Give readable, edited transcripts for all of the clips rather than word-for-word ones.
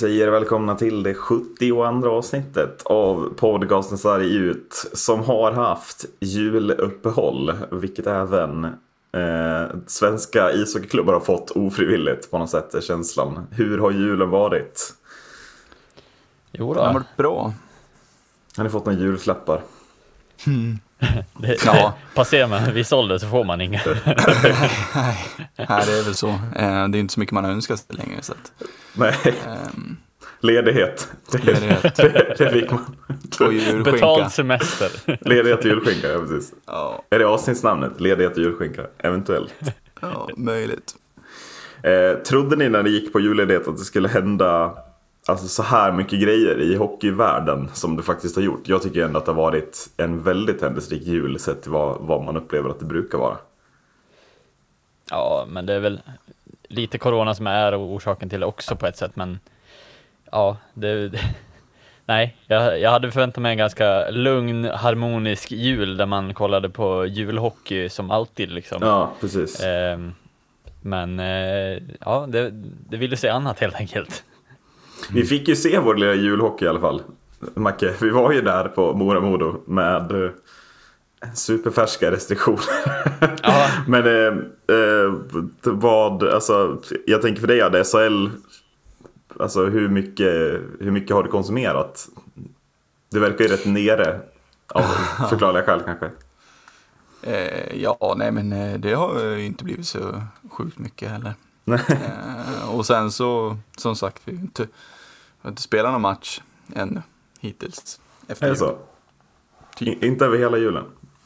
säger välkomna till det 72:a avsnittet av podcasten Sarg ut, som har haft juluppehåll, vilket även svenska ishockeyklubbar har fått ofrivilligt på något sätt, är känslan. Hur har julen varit? Jo då. Det har varit bra. Har ni fått några julklappar? Passerar man vid ålder så får man inga. Nej, det är väl så. Det är inte så mycket man önskar sig längre. Så att, nej. Ledighet. Det fick man. Betald semester. Ledighet och julskinka, ja, precis. Ja. Är det avsnittsnamnet? Ledighet och julskinka, eventuellt. Ja, möjligt. Trodde ni när det gick på julledighet att det skulle hända alltså så här mycket grejer i hockeyvärlden som det faktiskt har gjort? Jag tycker ändå att det har varit en väldigt händelserik jul sett till vad man upplever att det brukar vara. Ja, men det är väl lite corona som är orsaken till det också på ett sätt, men ja, nej, jag hade förväntat mig en ganska lugn, harmonisk jul där man kollade på julhockey som alltid liksom. Ja, precis. Men ja, det ville se annat helt enkelt. Vi fick ju se vår lilla julhockey i alla fall, Macke. Vi var ju där på Mora-Modo med superfärska restriktioner. Ja. Men alltså, jag tänker för dig, det SHL, alltså hur mycket har du konsumerat? Du verkar ju rätt nere av förklarliga skäl kanske. Ja, nej, men det har ju inte blivit så sjukt mycket heller. Och sen så, som sagt, vi har inte spelat någon match ännu hittills. Efter är det så? Inte över hela julen?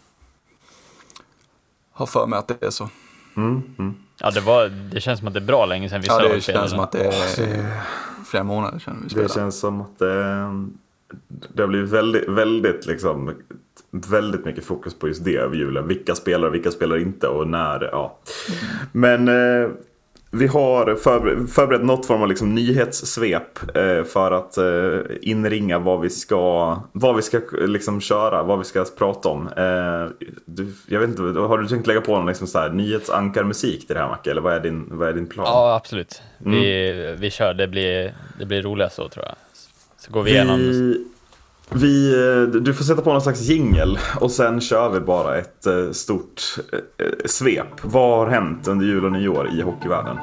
Har för mig att det är så. Ja, det känns som att det är bra länge sedan vi spelade. Ja, det känns som att det är flera månader sedan vi spelade. Det känns som att det har blivit väldigt, väldigt liksom väldigt mycket fokus på just det över julen. Vilka spelar inte och när, ja. Men vi har förberett något form av liksom nyhetssvep för att inringa vad vi ska liksom köra, vad vi ska prata om. Jag vet inte, har du tänkt lägga på någon liksom så här nyhetsankarmusik till det här, Macke, eller vad är din plan? Ja, absolut. Vi kör, det blir roligt så, tror jag. Så går vi igenom. Du får sätta på någon slags jingle och sen kör vi bara ett stort svep. Vad har hänt under jul och nyår i hockeyvärlden?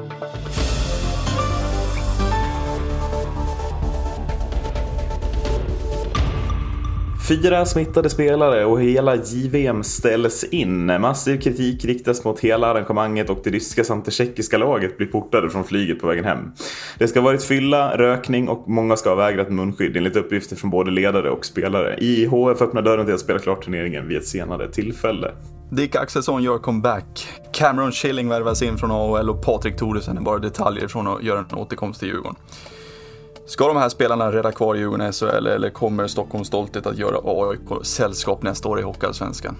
4 smittade spelare och hela JVM ställs in. Massiv kritik riktas mot hela arrangemanget och det ryska samt det tjeckiska laget blir portade från flyget på vägen hem. Det ska ha varit fylla, rökning och många ska ha vägrat munskydd enligt uppgifter från både ledare och spelare. IHF öppnar dörren till att spela klart turneringen vid ett senare tillfälle. Dick Axelsson gör comeback. Cameron Schilling värvas in från AHL och Patrik Thoresen är bara detaljer från att göra en återkomst till Djurgården. Ska de här spelarna rädda kvar Djurgården i SHL eller kommer Stockholms stolthet att göra AIK sällskap nästa år i Hockeyallsvenskan?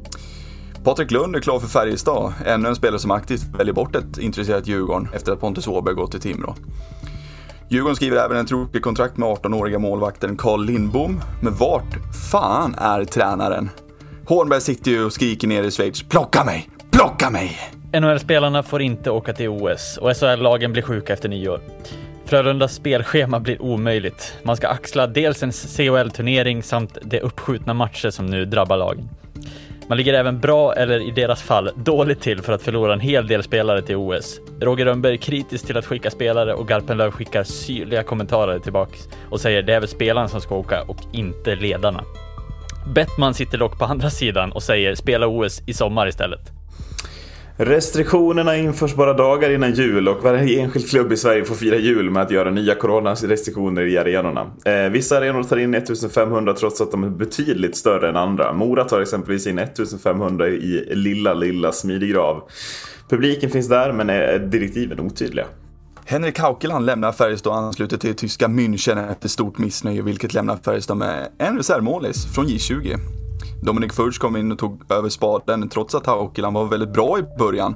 Patrik Lund är klar för Färjestad, ännu en spelare som aktivt väljer bort ett intresserat Djurgården efter att Pontus Åberg gått till Timrå. Djurgården skriver även en tråkig kontrakt med 18-åriga målvakten Carl Lindbom, men vart fan är tränaren? Hornberg sitter ju och skriker ner i Schweiz, plocka mig, plocka mig! NHL-spelarna får inte åka till OS och SHL-lagen blir sjuka efter nyår. Frölundas spelschema blir omöjligt. Man ska axla dels en CHL-turnering samt de uppskjutna matcher som nu drabbar lagen. Man ligger även bra, eller i deras fall dåligt till, för att förlora en hel del spelare till OS. Roger Rönnberg är kritisk till att skicka spelare och Garpenlöv skickar syrliga kommentarer tillbaka och säger det är väl spelarna som ska åka och inte ledarna. Bettman sitter dock på andra sidan och säger spela OS i sommar istället. Restriktionerna införs bara dagar innan jul och varje enskild klubb i Sverige får fira jul med att göra nya coronarestriktioner i arenorna. Vissa arenor tar in 1500 trots att de är betydligt större än andra. Mora tar exempelvis in 1500 i lilla Smidigrav. Publiken finns där, men är direktiven otydliga. Henrik Haukeland lämnar Färjestad och ansluter till tyska München efter stort missnöje, vilket lämnar Färjestad med en reservmålis från J20. Dominik Furch kom in och tog över spaden trots att Haukeland var väldigt bra i början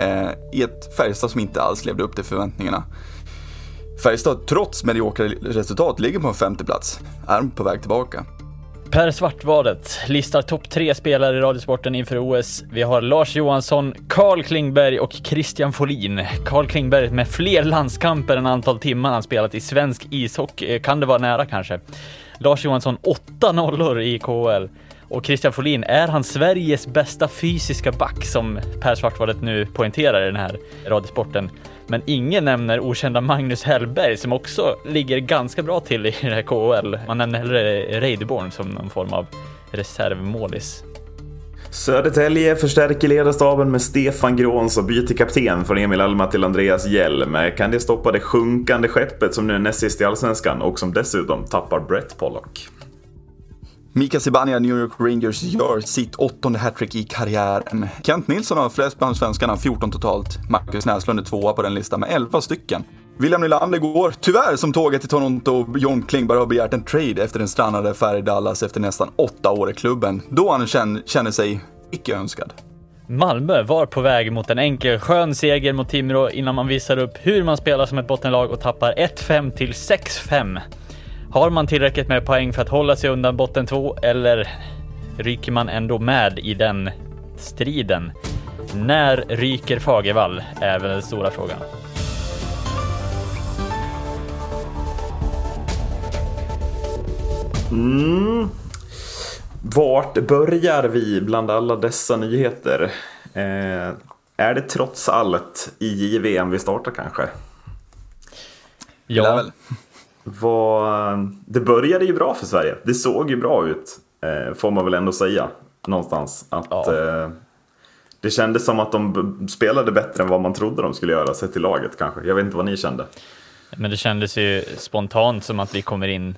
i ett Färjestad som inte alls levde upp till förväntningarna. Färjestad, trots mediokra resultat, ligger på en 5:e plats. Är på väg tillbaka. Per Svartvadet listar topp 3 spelare i Radiosporten inför OS. Vi har Lars Johansson, Carl Klingberg och Christian Folin. Carl Klingberg med fler landskamper än antal timmar han spelat i svensk ishockey. Kan det vara nära kanske? Lars Johansson 8 nollor i KHL. Och Christian Folin, är han Sveriges bästa fysiska back som Per Svartvadet nu poängterar i den här Radiosporten? Men ingen nämner okända Magnus Hellberg som också ligger ganska bra till i det här KHL. Man nämner hellre Reideborn som någon form av reservmålis. Södertälje förstärker ledarstaben med Stefan Gråns och byter kapten från Emil Alma till Andreas Hjelm. Kan det stoppa det sjunkande skeppet som nu är näst sist i Allsvenskan och som dessutom tappar Brett Pollock? Mika Zibanejad, New York Rangers, gör sitt 8:e hattrick i karriären. Kent Nilsson har flest bland svenskarna, 14 totalt. Marcus Näslund är 2 på den listan med 11 stycken. William Nylander går tyvärr som tåget till Toronto. John Klingberg har begärt en trade efter en strandade affär i Dallas efter nästan 8 år i klubben. Då han känner sig icke önskad. Malmö var på väg mot en enkel skön seger mot Timrå innan man visar upp hur man spelar som ett bottenlag och tappar 1-5 till 6-5. Har man tillräckligt med poäng för att hålla sig undan botten 2 eller ryker man ändå med i den striden? När ryker Fagervall är väl den stora frågan. Vart börjar vi bland alla dessa nyheter? Är det trots allt i JVM vi startar kanske? Ja. Det började ju bra för Sverige. Det såg ju bra ut, får man väl ändå säga någonstans. Att det kändes som att de spelade bättre än vad man trodde de skulle göra, sett till laget kanske. Jag vet inte vad ni kände. Men det kändes ju spontant som att vi kommer in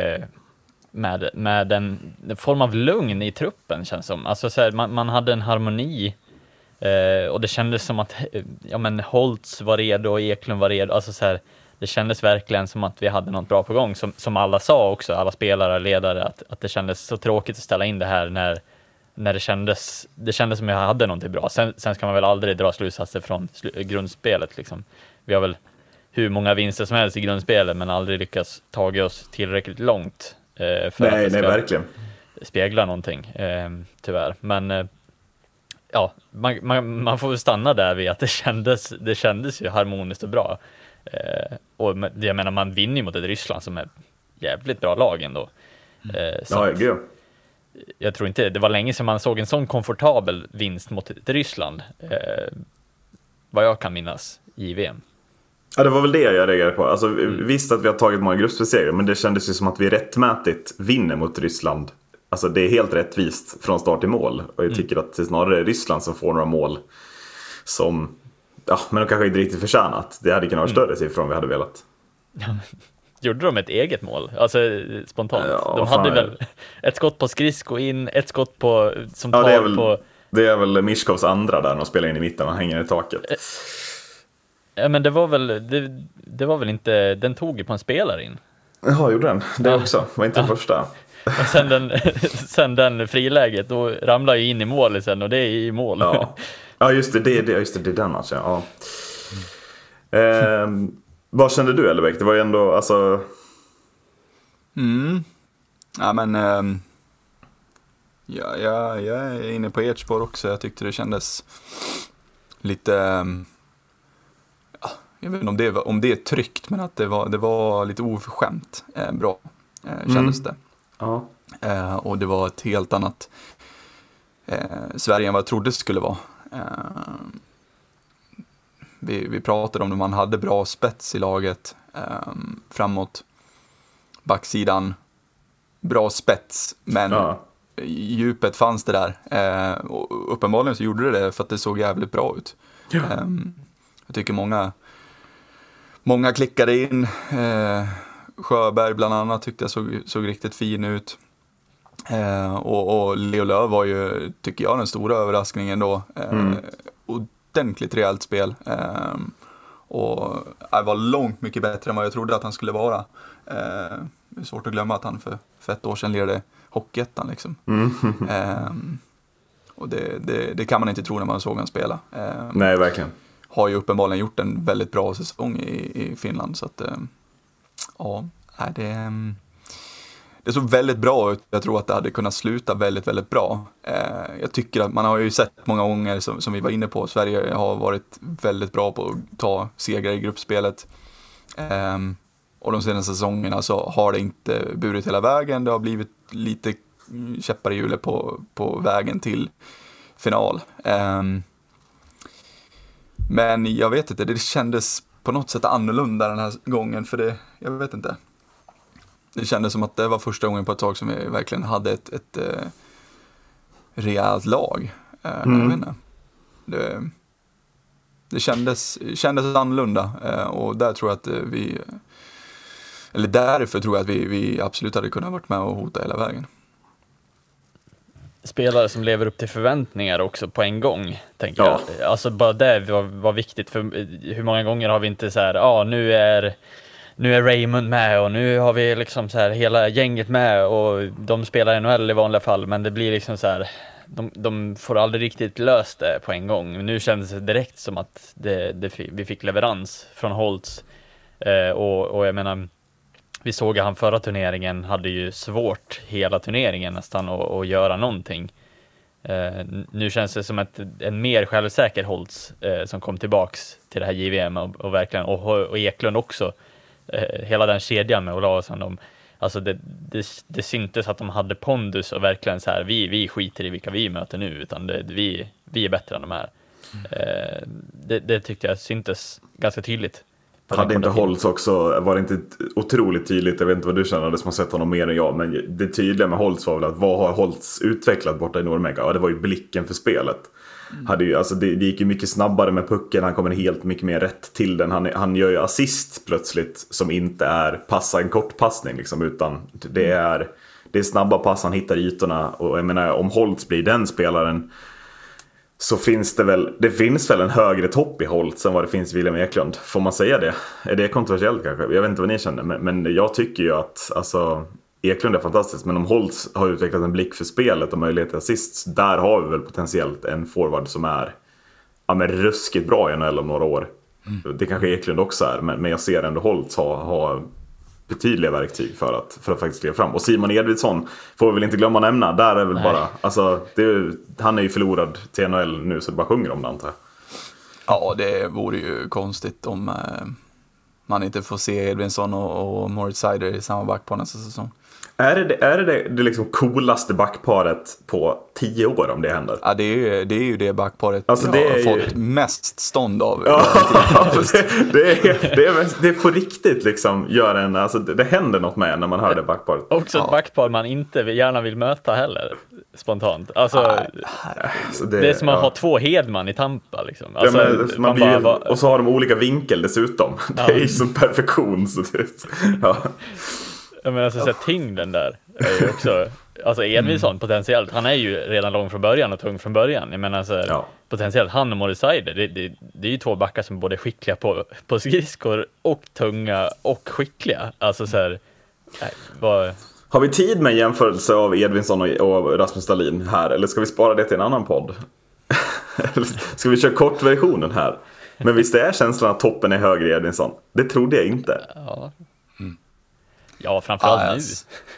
med en form av lugn i truppen, känns som. Alltså så här, man hade en harmoni och det kändes som att Holtz var redo och Eklund var redo. Alltså så här, det kändes verkligen som att vi hade något bra på gång, som alla sa också, alla spelare och ledare, att det kändes så tråkigt att ställa in det här när det kändes som jag hade någonting bra. Sen ska man väl aldrig dra slutsatser från grundspelet liksom. Vi har väl hur många vinster som helst i grundspelet men aldrig lyckats ta oss tillräckligt långt för att det ska verkligen spegla någonting, tyvärr. Men man får väl stanna där vid att det kändes ju harmoniskt och bra. Och jag menar, man vinner ju mot ett Ryssland som är jävligt bra lag ändå. Jag tror inte det var länge sedan man såg en sån komfortabel vinst mot ett Ryssland, vad jag kan minnas i VM. Ja, det var väl det jag reagerade på. Alltså, visst att vi har tagit många gruppspecialer, men det kändes ju som att vi rättmätigt vinner mot Ryssland. Alltså det är helt rättvist från start till mål. Och jag tycker att det är snarare Ryssland som får några mål som, men de kanske inte riktigt förtjänat. Det hade kunnat vara större siffror om vi hade velat. Gjorde de ett eget mål? Alltså spontant. Ja, de hade väl ett skott på skridsko in, ett skott på som tar på... Det är väl Miskovs andra där, de spelar in i mitten och hänger i taket. Ja, men det var väl inte, den tog ju på en spelare in. Ja, gjorde den. Det också. Var inte den första. Och sen den friläget, då ramlar ju in i mål sen, och det är i mål. Ja just det är den matchen. Ja. Vad kände du, Ellerbäck? Det var ju ändå, alltså... Ja, men... jag är inne på ert spår också. Jag tyckte det kändes lite... jag vet inte om det är tryggt, men att det var lite oförskämt bra, kändes det. Ja. Och det var ett helt annat Sverige än vad jag trodde det skulle vara. Vi pratade om det, man hade bra spets i laget framåt, backsidan, bra spets, men djupet fanns det där. Och uppenbarligen så gjorde det för att det såg jävligt bra ut. Jag tycker många klickade in. Sjöberg bland annat tyckte jag såg riktigt fin ut. Och Leo Löw var ju, tycker jag, den stora överraskningen då. Ordentligt rejält spel. Och det var långt mycket bättre än vad jag trodde att han skulle vara. Det är svårt att glömma att han för ett år sedan ledde Hockeyettan liksom. Och det kan man inte tro när man såg han spela. Nej, verkligen. Har ju uppenbarligen gjort en väldigt bra säsong i Finland, så att det såg väldigt bra ut. Jag tror att det hade kunnat sluta väldigt, väldigt bra. Jag tycker att man har ju sett många gånger som vi var inne på. Sverige har varit väldigt bra på att ta segrar i gruppspelet. Och de senaste säsongerna så har det inte burit hela vägen. Det har blivit lite käppar i hjulet på vägen till final. Men jag vet inte, det kändes på något sätt annorlunda den här gången. För det, jag vet inte. Det kändes som att det var första gången på ett tag som vi verkligen hade ett rejält lag. Jag vet inte. Det kändes annorlunda. Och där tror jag att därför tror jag att vi absolut hade kunnat varit med och hota hela vägen. Spelare som lever upp till förväntningar också på en gång, tänker jag. Alltså bara det var viktigt, för hur många gånger har vi inte så här, nu är Raymond med och nu har vi liksom så här hela gänget med och de spelar NHL i vanliga fall, men det blir liksom så här, de får aldrig riktigt löst det på en gång. Nu kändes det direkt som att vi fick leverans från Holtz, och jag menar, vi såg att han förra turneringen hade ju svårt hela turneringen nästan att göra någonting. Nu känns det som en mer självsäker Holtz som kom tillbaks till det här JVM och verkligen, och Eklund också. Hela den kedjan med Olausson, alltså det syntes att de hade pondus och verkligen så här, vi skiter i vilka vi möter nu, utan vi är bättre än de här. Det tyckte jag syntes ganska tydligt. Hade inte Holtz också, var det inte otroligt tydligt, jag vet inte vad du känner, som har sett honom mer än jag, men det tydliga med Holtz var väl att vad har Holtz utvecklat borta i Nordmega? Ja, det var ju blicken för spelet. Alltså det gick ju mycket snabbare med pucken, han kommer helt mycket mer rätt till den, han gör ju assist plötsligt som inte är passa en kort passning liksom, utan det är snabba pass, han hittar ytorna, och jag menar, om Holtz blir den spelaren så finns det finns väl en högre topp i Holtz än vad det finns i William Eklund. Får man säga det? Är det kontroversiellt kanske? Jag vet inte vad ni känner, men jag tycker ju att alltså, Eklund är fantastisk, men om Holtz har utvecklat en blick för spelet och möjlighet till assist, där har vi väl potentiellt en forward som är ruskigt bra i NHL om några år. Det kanske Eklund också är, men jag ser ändå Holtz ha betydliga verktyg för att faktiskt leva fram. Och Simon Edvidsson får vi väl inte glömma nämna. Där är väl bara, alltså, han är ju förlorad till NHL nu, så det bara sjunger om det, antar jag. Ja, det vore ju konstigt om man inte får se Edvinsson och Moritz Seider i samma backpar nästa säsong. Är det liksom coolaste backparet på 10 år om det händer? Ja, det är ju det backparet alltså, jag har fått mest stånd av. Ja, det är på riktigt liksom, alltså, det händer något med när man hör det backparet. Också ett backpar man inte gärna vill möta heller, spontant. Alltså, det är som att ha 2 Hedman i Tampa liksom. Alltså, och så har de olika vinkel dessutom. Det är ju som perfektion. Så jag menar, så tyngden där är ju också, alltså Edvinsson potentiellt, han är ju redan lång från början och tung från början. Jag menar, alltså, potentiellt han och Moritz Seider, det är ju 2 backar som både är skickliga på skridskor och tunga och skickliga. Alltså så här, Har vi tid med en jämförelse av Edvinsson och Rasmus Dahlin här, eller ska vi spara det till en annan podd? Ska vi köra kortversionen här? Men visst är känslan att toppen är högre i Edvinsson? Det trodde jag inte. Ja, framförallt nu.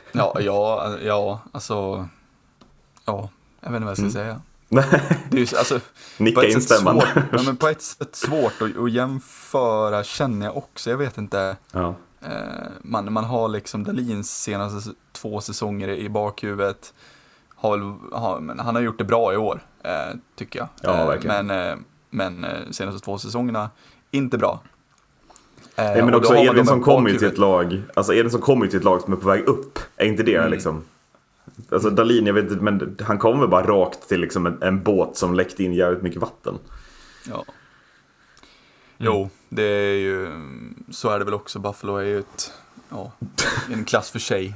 Alltså, jag vet inte vad jag ska säga. Det är ju, alltså, nicka instämmande. Men på ett sätt svårt att jämföra, känner jag också. Jag vet inte. Ja. Man har liksom Dahlins senaste 2 säsonger i bakhuvudet. Han har gjort det bra i år, tycker jag. Ja, verkligen. Men senaste 2 säsongerna, inte bra. Nej, men också Edvinsson kommer ju till ett lag. Alltså Edvinsson kommer ju till ett lag som är på väg upp. Är inte det liksom? Alltså Dahlin, jag vet inte, men han kommer bara rakt till liksom en båt som läckte in jävligt mycket vatten. Ja. Jo, det är ju, så är det väl också. Buffalo är ju en klass för sig.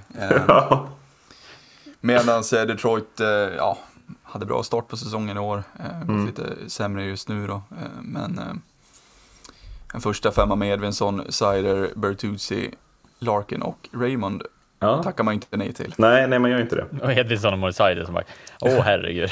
Medan Detroit hade bra start på säsongen i år. Lite sämre just nu då. Men en första 5 med Edvinsson, Seider, Bertuzzi, Larkin och Raymond tackar man inte nej till. Nej, man gör inte det. Och Edvinsson och Moritz Seider som bara, herregud.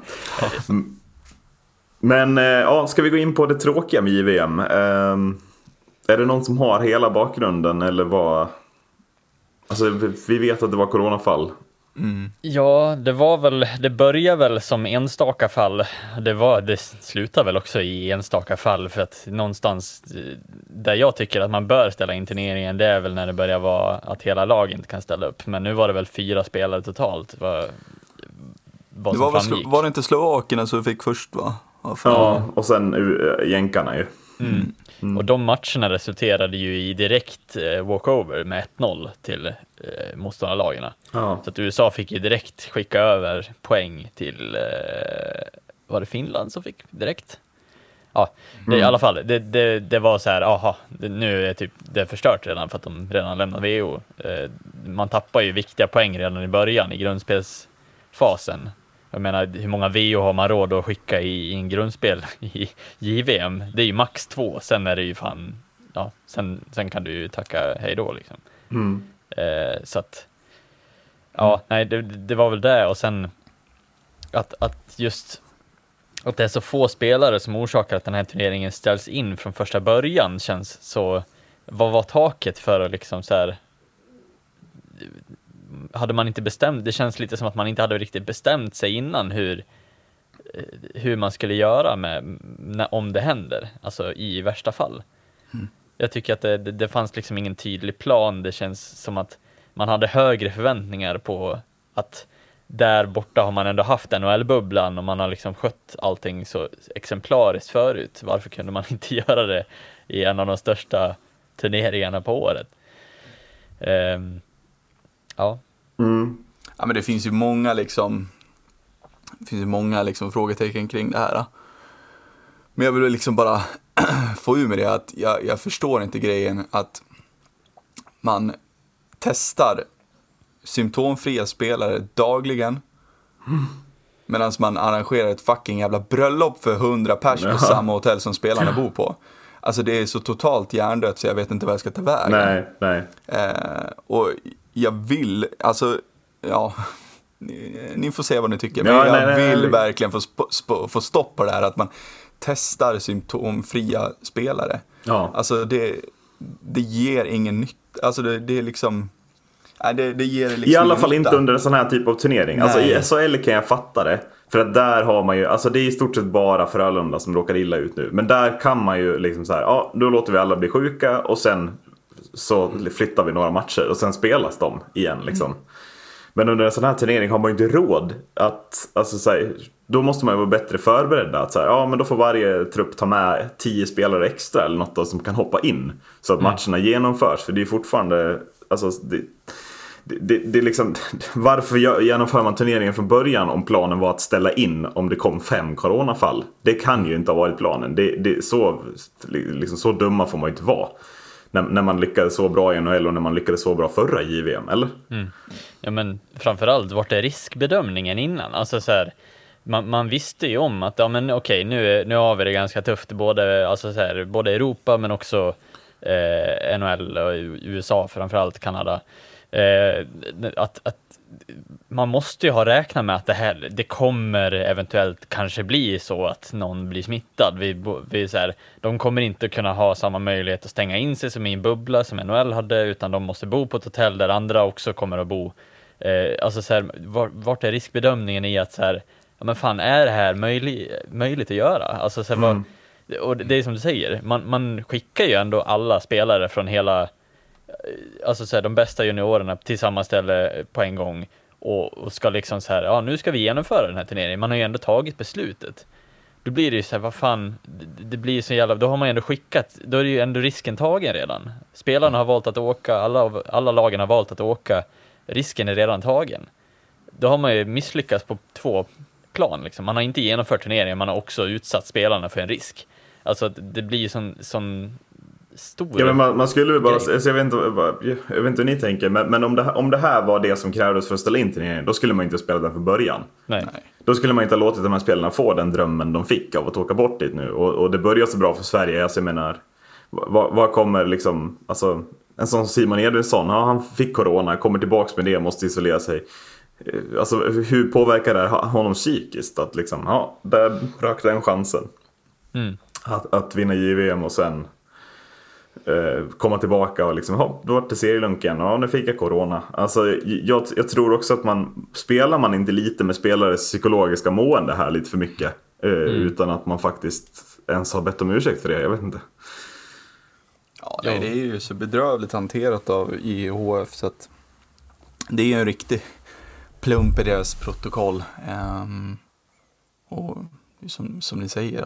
Men ska vi gå in på det tråkiga med JVM? Är det någon som har hela bakgrunden, eller vad Alltså vi vet att det var coronafall. Ja, det börjar väl som enstaka fall. Det slutar väl också i enstaka fall, för att någonstans där jag tycker att man bör ställa in turneringen, det är väl när det börjar vara att hela laget inte kan ställa upp. Men nu var det väl 4 spelare totalt. Var det inte Slovakien som fick först, va? Ja, och sen jänkarna ju. Och de matcherna resulterade ju i direkt walkover med 1-0 till motståndarlagen. Ja. Så att USA fick ju direkt skicka över poäng till var det Finland som fick direkt? Ja, i alla fall det var så här, nu är typ det är förstört redan för att de redan lämnat VO. Man tappar ju viktiga poäng redan i början i grundspelsfasen. Jag menar, hur många VO har man råd att skicka i en grundspel i JVM? Det är ju max 2, sen är det ju fan, ja, sen kan du ju tacka hej då liksom. Så att, ja, nej, det var väl det, och sen att just att det är så få spelare som orsakar att den här turneringen ställs in från första början känns så. Vad var taket för att liksom så här, hade man inte bestämt, det känns lite som att man inte hade riktigt bestämt sig innan hur man skulle göra om det händer, alltså i värsta fall. Jag tycker att det fanns liksom ingen tydlig plan. Det känns som att man hade högre förväntningar på att där borta har man ändå haft NHL-bubblan och man har liksom skött allting så exemplariskt förut. Varför kunde man inte göra det i en av de största turneringarna på året? Ja. Ja, men det finns ju många frågetecken kring det här. Men jag vill liksom bara få ur med det att jag förstår inte grejen att man testar symptomfria spelare dagligen medan man arrangerar ett fucking jävla bröllop för 100 pers på samma hotell som spelarna bor på. Alltså det är så totalt hjärndött så jag vet inte vad jag ska ta vägen. Nej. Och jag vill, alltså, ja, ni får se vad ni tycker. Men jag vill verkligen få stopp på det här att man testar symptomfria spelare. Ja. Alltså det ger ingen nytta. Alltså det är liksom... Det ger liksom i alla fall nytta. Inte under en sån här typ av turnering. Nej. Alltså i SHL kan jag fatta det. För att där har man ju, alltså det är i stort sett bara Frölunda som råkar illa ut nu. Men där kan man ju liksom så här, ja, då låter vi alla bli sjuka och sen så flyttar vi några matcher och sen spelas de igen liksom. Men under en sån här turnering har man ju inte råd att, alltså så här, då måste man ju vara bättre förberedda att så här, ja men då får varje trupp ta med 10 spelare extra eller något då, som kan hoppa in så att matcherna genomförs. För det är fortfarande, alltså det är liksom, varför genomför man turneringen från början om planen var att ställa in om det kom 5 coronafall? Det kan ju inte ha varit planen. Det är så, liksom, så dumma får man ju inte vara. När man lyckades så bra i NHL och när man lyckades så bra förra JVM, eller? Ja, men framförallt, vart är riskbedömningen innan? Alltså så här, man visste ju om att ja, men okej, nu har vi det ganska tufft både, alltså så här, både Europa men också NHL och USA, framförallt Kanada. Att man måste ju ha räknat med att det kommer eventuellt kanske bli så att någon blir smittad. Vi så här, de kommer inte kunna ha samma möjlighet att stänga in sig som i en bubbla som NHL hade, utan de måste bo på ett hotell där andra också kommer att bo. Alltså så här, vart är riskbedömningen i att så här, ja men fan, är det här möjligt att göra? Alltså så här, och det är som du säger, man skickar ju ändå alla spelare från hela, alltså så här, de bästa juniorerna till samma ställe på en gång och ska liksom så här, ja nu ska vi genomföra den här turneringen. Man har ju ändå tagit beslutet. Då blir det ju så här, vad fan, det blir så jävla, då har man ju ändå skickat, då är det ju ändå risken tagen redan. Spelarna har valt att åka, alla lagen har valt att åka, risken är redan tagen. Då har man ju misslyckats på 2 plan liksom. Man har inte genomfört turneringen, man har också utsatt spelarna för en risk. Alltså det blir ju sån stor. Ja, men man skulle väl bara, alltså, jag vet inte hur ni tänker, men om det här var det som krävdes för att ställa in turneringen, då skulle man inte spela den från början. Nej. Då skulle man inte ha låtit de här spelarna få den drömmen de fick av att åka bort dit nu. Och det börjar så bra för Sverige, alltså, jag menar, vad kommer liksom, alltså en sån Simon Edvinsson, han fick corona, kommer tillbaks med det, måste isolera sig. Alltså hur påverkar det honom psykiskt att liksom, ja, där rök den chansen att vinna JVM och sen komma tillbaka och liksom, då var det serielunken, nu fick jag corona. Alltså, jag tror också att spelar man inte lite med spelares psykologiska mående här lite för mycket, utan att man faktiskt ens har bett om ursäkt för det, jag vet inte. Ja, det är ju så bedrövligt hanterat av IHF, så att det är ju en riktig plump i deras protokoll. Och som ni säger,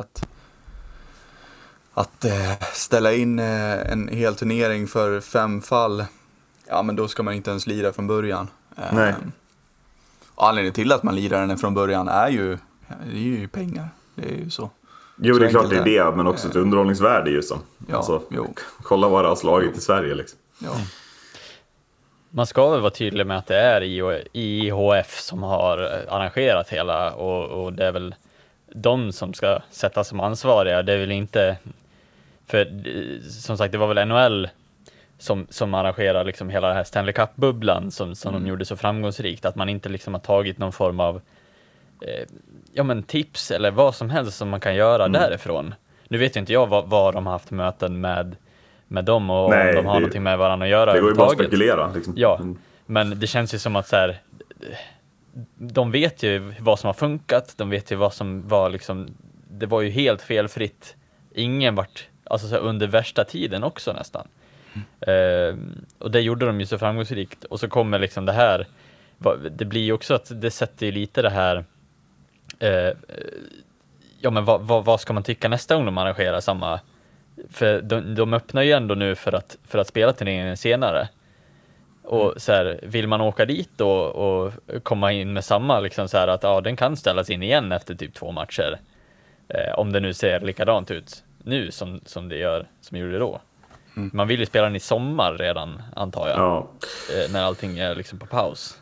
att ställa in en hel turnering för 5 fall, ja men då ska man inte ens lira från början. Nej. Anledningen till att man lirar den från början är ju pengar, det är ju så. Jo, så det är klart det är det, men också ett underhållningsvärde ju som. Ja, alltså, jo. Kolla vad det har slagit i Sverige liksom. Ja. Man ska väl vara tydlig med att det är IHF som har arrangerat hela, och det är väl de som ska sättas som ansvariga. Det är väl inte, för som sagt, det var väl NHL som arrangerar liksom hela den här Stanley Cup-bubblan som de gjorde så framgångsrikt, att man inte liksom har tagit någon form av tips eller vad som helst som man kan göra därifrån. Nu vet ju inte jag vad de har haft möten med dem, och om de har någonting med varandra att göra. Det går ju bara att spekulera liksom. Ja, men det känns ju som att så här, de vet ju vad som har funkat, de vet ju vad som var liksom, det var ju helt felfritt. Ingen vart, alltså så här, under värsta tiden också nästan. Och det gjorde de ju så framgångsrikt. Och så kommer liksom det här, det blir ju också att det sätter ju lite det här, vad ska man tycka nästa gång de arrangerar samma, för de öppnar ju ändå nu för att spela turneringen senare. Och så här, vill man åka dit och komma in med samma liksom så här, att den kan ställas in igen efter typ 2 matcher, om det nu ser likadant ut nu som det gjorde då. Man vill ju spela den i sommar redan, antar jag. Ja. När allting är liksom på paus.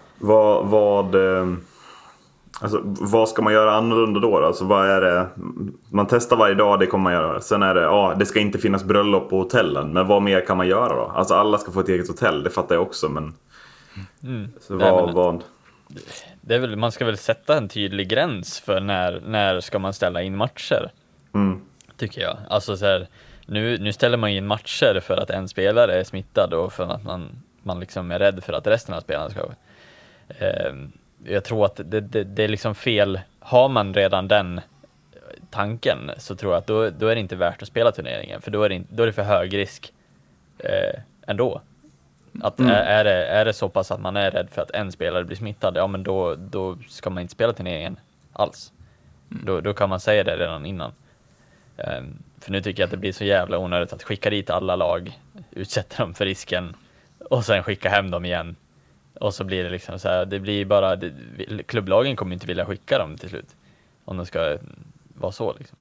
Vad ska man göra annorlunda då? Alltså, vad är det? Man testar varje dag, det kommer man göra. Sen är det, det ska inte finnas bröllop på hotellen. Men vad mer kan man göra då? Alltså alla ska få ett eget hotell, det fattar jag också. Men så vad? Det är väl, man ska väl sätta en tydlig gräns för när ska man ställa in matcher. Tycker jag. Alltså så här, nu ställer man in matcher för att en spelare är smittad och för att man liksom är rädd för att resten av spelarna ska. Jag tror att det är liksom fel. Har man redan den tanken, så tror jag att då är det inte värt att spela turneringen, för då är det för hög risk ändå. Att är det så pass att man är rädd för att en spelare blir smittad, ja men då ska man inte spela turneringen alls. Då kan man säga det redan innan. För nu tycker jag att det blir så jävla onödigt att skicka dit alla lag, utsätta dem för risken och sen skicka hem dem igen. Och så blir det liksom så här, det blir bara, klubblagen kommer inte vilja skicka dem till slut, om de ska vara så liksom.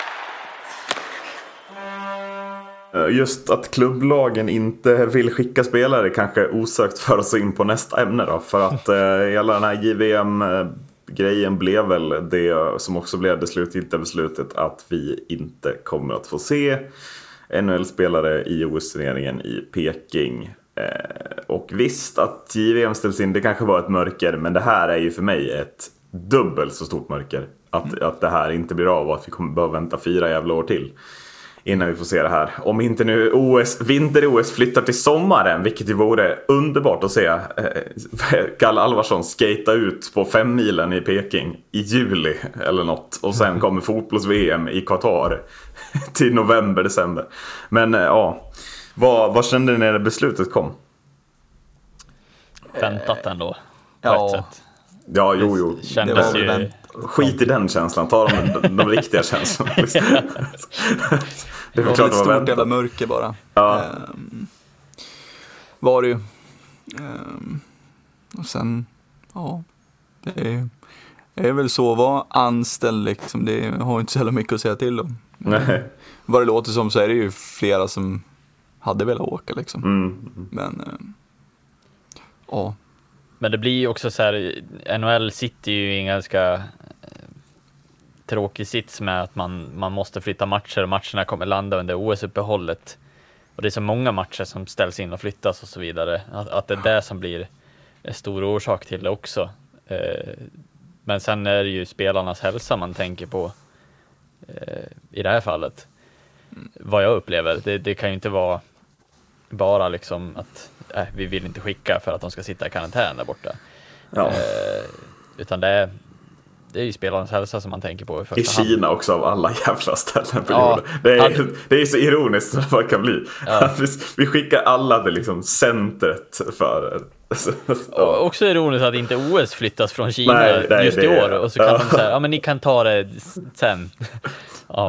Just att klubblagen inte vill skicka spelare kanske osökt för oss in på nästa ämne då. För att hela den här JVM-grejen blev väl det som också blev det slutgiltiga beslutet, att vi inte kommer att få se NHL-spelare i OS-turneringen i Peking. Och visst att JVM ställs in, det kanske var ett mörker, men det här är ju för mig ett dubbelt så stort mörker. Att det här inte blir av och att vi kommer behöva vänta 4 jävla år till innan vi får se det här. Om inte nu vinter-OS flyttar till sommaren, vilket ju vore underbart att se Kalle Alvarsson skata ut på 5 milen i Peking i juli eller något. Och sen kommer fotbolls-VM i Qatar till november, december. Men vad kände ni när beslutet kom? Väntat ändå, på ett sätt. Ja, jo. Kändes ju... Skit i den känslan, ta de riktiga känslorna. Liksom. Det var ett stort jävla mörker bara. Ja. Var det ju. Och sen, det är väl så att vara anställd liksom. Det har inte så jävla mycket att säga till om. Nej. Vad det låter som så är det ju flera som hade velat åka liksom. Men Men det blir ju också så här, NHL sitter ju i en ganska tråkig sits med att man måste flytta matcher, och matcherna kommer landa under OS-uppehållet. Och det är så många matcher som ställs in och flyttas och så vidare. Att det är det som blir en stor orsak till det också. Men sen är det ju spelarnas hälsa man tänker på i det här fallet. vad jag upplever. Det kan ju inte vara bara liksom att vi vill inte skicka för att de ska sitta i karantän där borta. Ja. Utan det är ju spelarens hälsa som man tänker på i första hand. I Kina också, av alla jävla ställen på Ja. jorden. Det är så ironiskt som det bara kan bli. Ja. Vi skickar alla till liksom centret för... Och också ironiskt att inte OS flyttas från Kina Nej, just i år. Och så kan de säga, ja men ni kan ta det sen. Ja.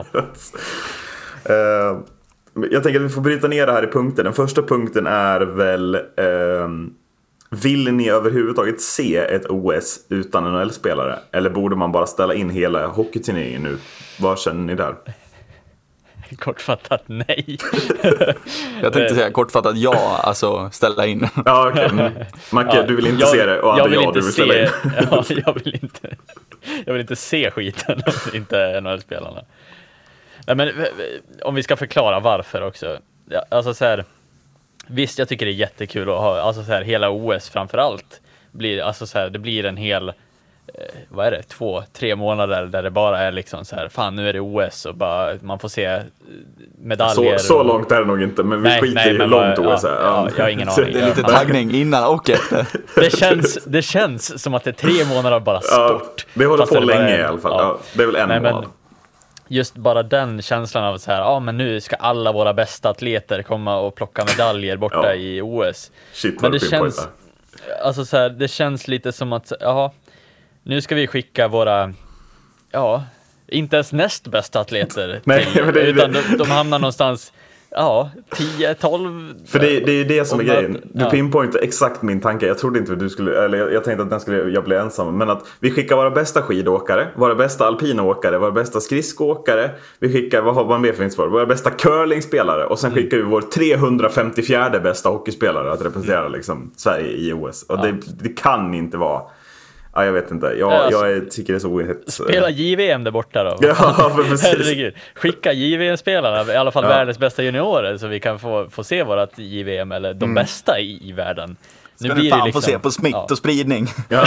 Jag tänker att vi får bryta ner det här i punkter. Den första punkten är väl... vill ni överhuvudtaget se ett OS utan NHL-spelare? Eller borde man bara ställa in hela hockeyturneringen nu? Vad känner ni där? Kortfattat nej. Jag tänkte säga kortfattat ja, alltså ställa in. Ja, okej. Macke, du vill inte se det och André, du vill ställa in. Ja, jag vill inte se skiten om inte NHL-spelarna. Nej, men om vi ska förklara varför också. Alltså så här, visst, jag tycker det är jättekul att ha, alltså så här, hela OS framförallt blir, alltså så här, det blir en hel, vad är det, 2-3 månader där det bara är liksom så här, fan nu är det OS och bara, man får se medaljer. Så långt är det nog inte, men vi skiter i hur långt OS är. Ja, jag har ingen aning. Det är lite taggning innan och efter. Det känns som att det är 3 månader av bara sport. Ja, det håller Fast på det länge bara i alla fall. Ja, det är väl en månad. Just bara den känslan av så här, men nu ska alla våra bästa atleter komma och plocka medaljer borta i OS. Shit, men det känns, alltså så här, det känns lite som att, nu ska vi skicka våra, inte ens näst bästa atleter till, utan de hamnar någonstans 10-12. För det är ju det som är grejen. Du pinpointar exakt min tanke. Jag trodde inte att du skulle, eller jag tänkte att den skulle jag bli ensam. Men att vi skickar våra bästa skidåkare, våra bästa alpinåkare, våra bästa skridskoåkare. Vi skickar, vad har man mer för inspår? Våra bästa curlingspelare. Och sen skickar vi vår 354 bästa hockeyspelare att representera liksom Sverige i OS. Och det kan inte vara... Ja, jag vet inte. Jag tycker det är så oerhört. Spela JVM där borta då. Ja, precis. Herregud. Skicka JVM-spelarna, i alla fall världens bästa juniorer, så vi kan få se vårat JVM, eller de bästa i världen. Nu blir det liksom, få se på smitt och spridning. Ja.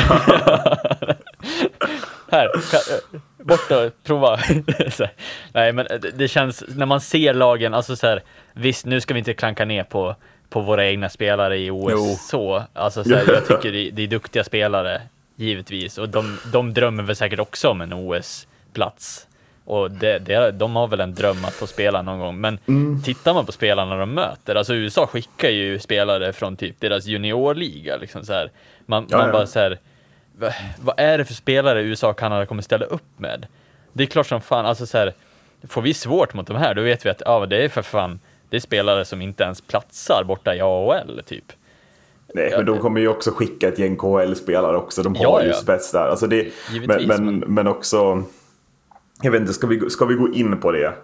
Här, bort och prova. Nej, men det känns, när man ser lagen, alltså så här, visst, nu ska vi inte klanka ner på våra egna spelare i OS. Så här, jag tycker det är duktiga spelare, givetvis, och de drömmer väl säkert också om en OS-plats, och de har väl en dröm att få spela någon gång, men tittar man på spelarna de möter, alltså USA skickar ju spelare från typ deras juniorliga liksom så här. Man bara så här, vad är det för spelare USA och Kanada kommer ställa upp med? Det är klart som fan, alltså så här, får vi svårt mot de här, då vet vi att det är för fan, det är spelare som inte ens platsar borta i AHL typ. Nej, men de kommer ju också skicka ett gäng KHL-spelare också. De har ju spets där. Alltså det, men också... Jag vet inte, ska vi gå in på det?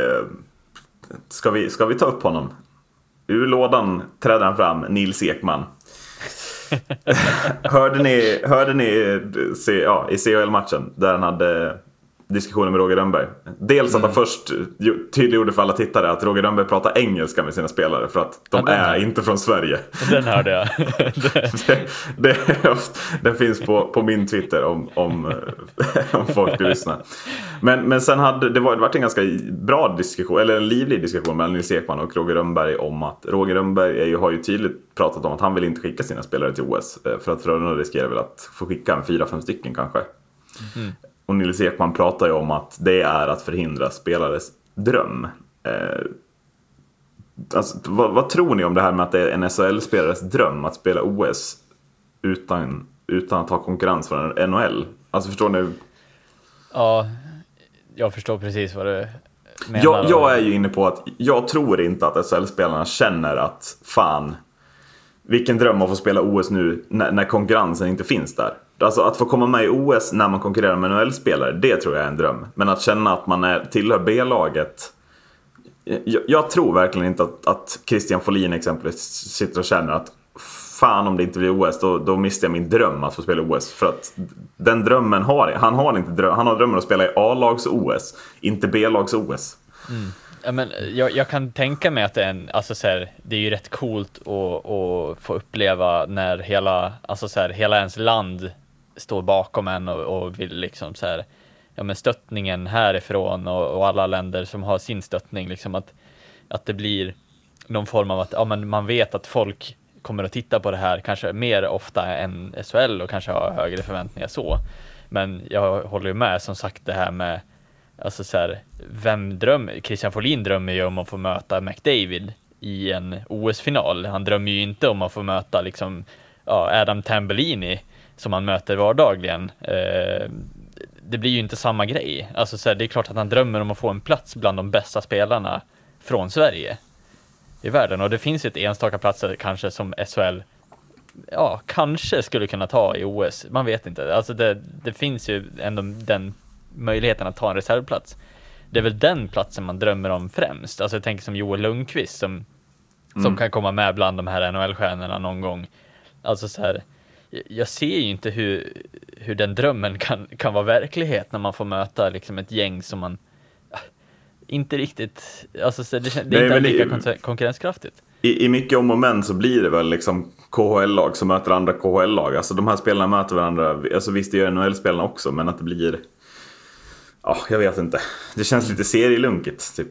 Ska vi ta upp honom? Ur lådan trädde han fram, Nils Ekman. Hörde ni i CHL-matchen där han hade diskussioner med Roger Rönnberg? Dels att han först tydliggjorde för alla tittare att Roger Rönnberg pratar engelska med sina spelare för att de är inte från Sverige. Den hörde jag. Den finns på min Twitter om folk lyssnar. Men sen hade det varit en ganska bra diskussion, eller en livlig diskussion mellan Nils Ekman och Roger Rönnberg om att Roger Rönnberg har ju tydligt pratat om att han vill inte skicka sina spelare till OS för att Frölunda riskerar väl att få skicka 4-5 stycken kanske. Och Nils Ekman pratar ju om att det är att förhindra spelares dröm. Alltså, vad tror ni om det här med att det är en SHL-spelares dröm att spela OS utan att ha konkurrens från NHL? Alltså, förstår ni? Ja, jag förstår precis vad du menar. Jag är ju inne på att jag tror inte att SHL-spelarna känner att fan, vilken dröm att få spela OS nu när konkurrensen inte finns där. Alltså att få komma med i OS när man konkurrerar med NHL-spelare, det tror jag är en dröm. Men att känna att man tillhör B-laget, jag tror verkligen inte att Christian Folin exempelvis sitter och känner att fan, om det inte blir OS då mister jag min dröm att få spela OS. För att den drömmen han har drömmen att spela i A-lags-OS, inte B-lags-OS. Ja, men jag kan tänka mig att det är alltså så här, det är ju rätt coolt att få uppleva när hela ens land står bakom en och vill liksom så här, men stöttningen härifrån och alla länder som har sin stöttning, liksom att det blir någon form av att men man vet att folk kommer att titta på det här kanske mer ofta än SHL och kanske ha högre förväntningar så. Men jag håller ju med, som sagt, det här med alltså så här, Christian Folin drömmer ju om att få möta McDavid i en OS-final. Han drömmer ju inte om att få möta liksom Adam Tambellini som han möter vardagligen. Det blir ju inte samma grej. Alltså så här, det är klart att han drömmer om att få en plats bland de bästa spelarna från Sverige i världen, och det finns ju ett enstaka platser kanske som SHL kanske skulle kunna ta i OS. Man vet inte. Alltså det finns ju ändå den möjligheten att ta en reservplats. Det är väl den platsen man drömmer om främst. Alltså jag tänker som Joel Lundqvist som kan komma med bland de här NHL-stjärnorna någon gång. Alltså så här, jag ser ju inte hur den drömmen kan vara verklighet när man får möta liksom ett gäng som man inte riktigt, alltså så det är inte lika konkurrenskraftigt. I mycket om och men så blir det väl liksom KHL-lag som möter andra KHL-lag. Alltså de här spelarna möter varandra. Alltså visst, det gör NHL-spelarna också, men att det blir, jag vet inte. Det känns lite serielunkigt typ.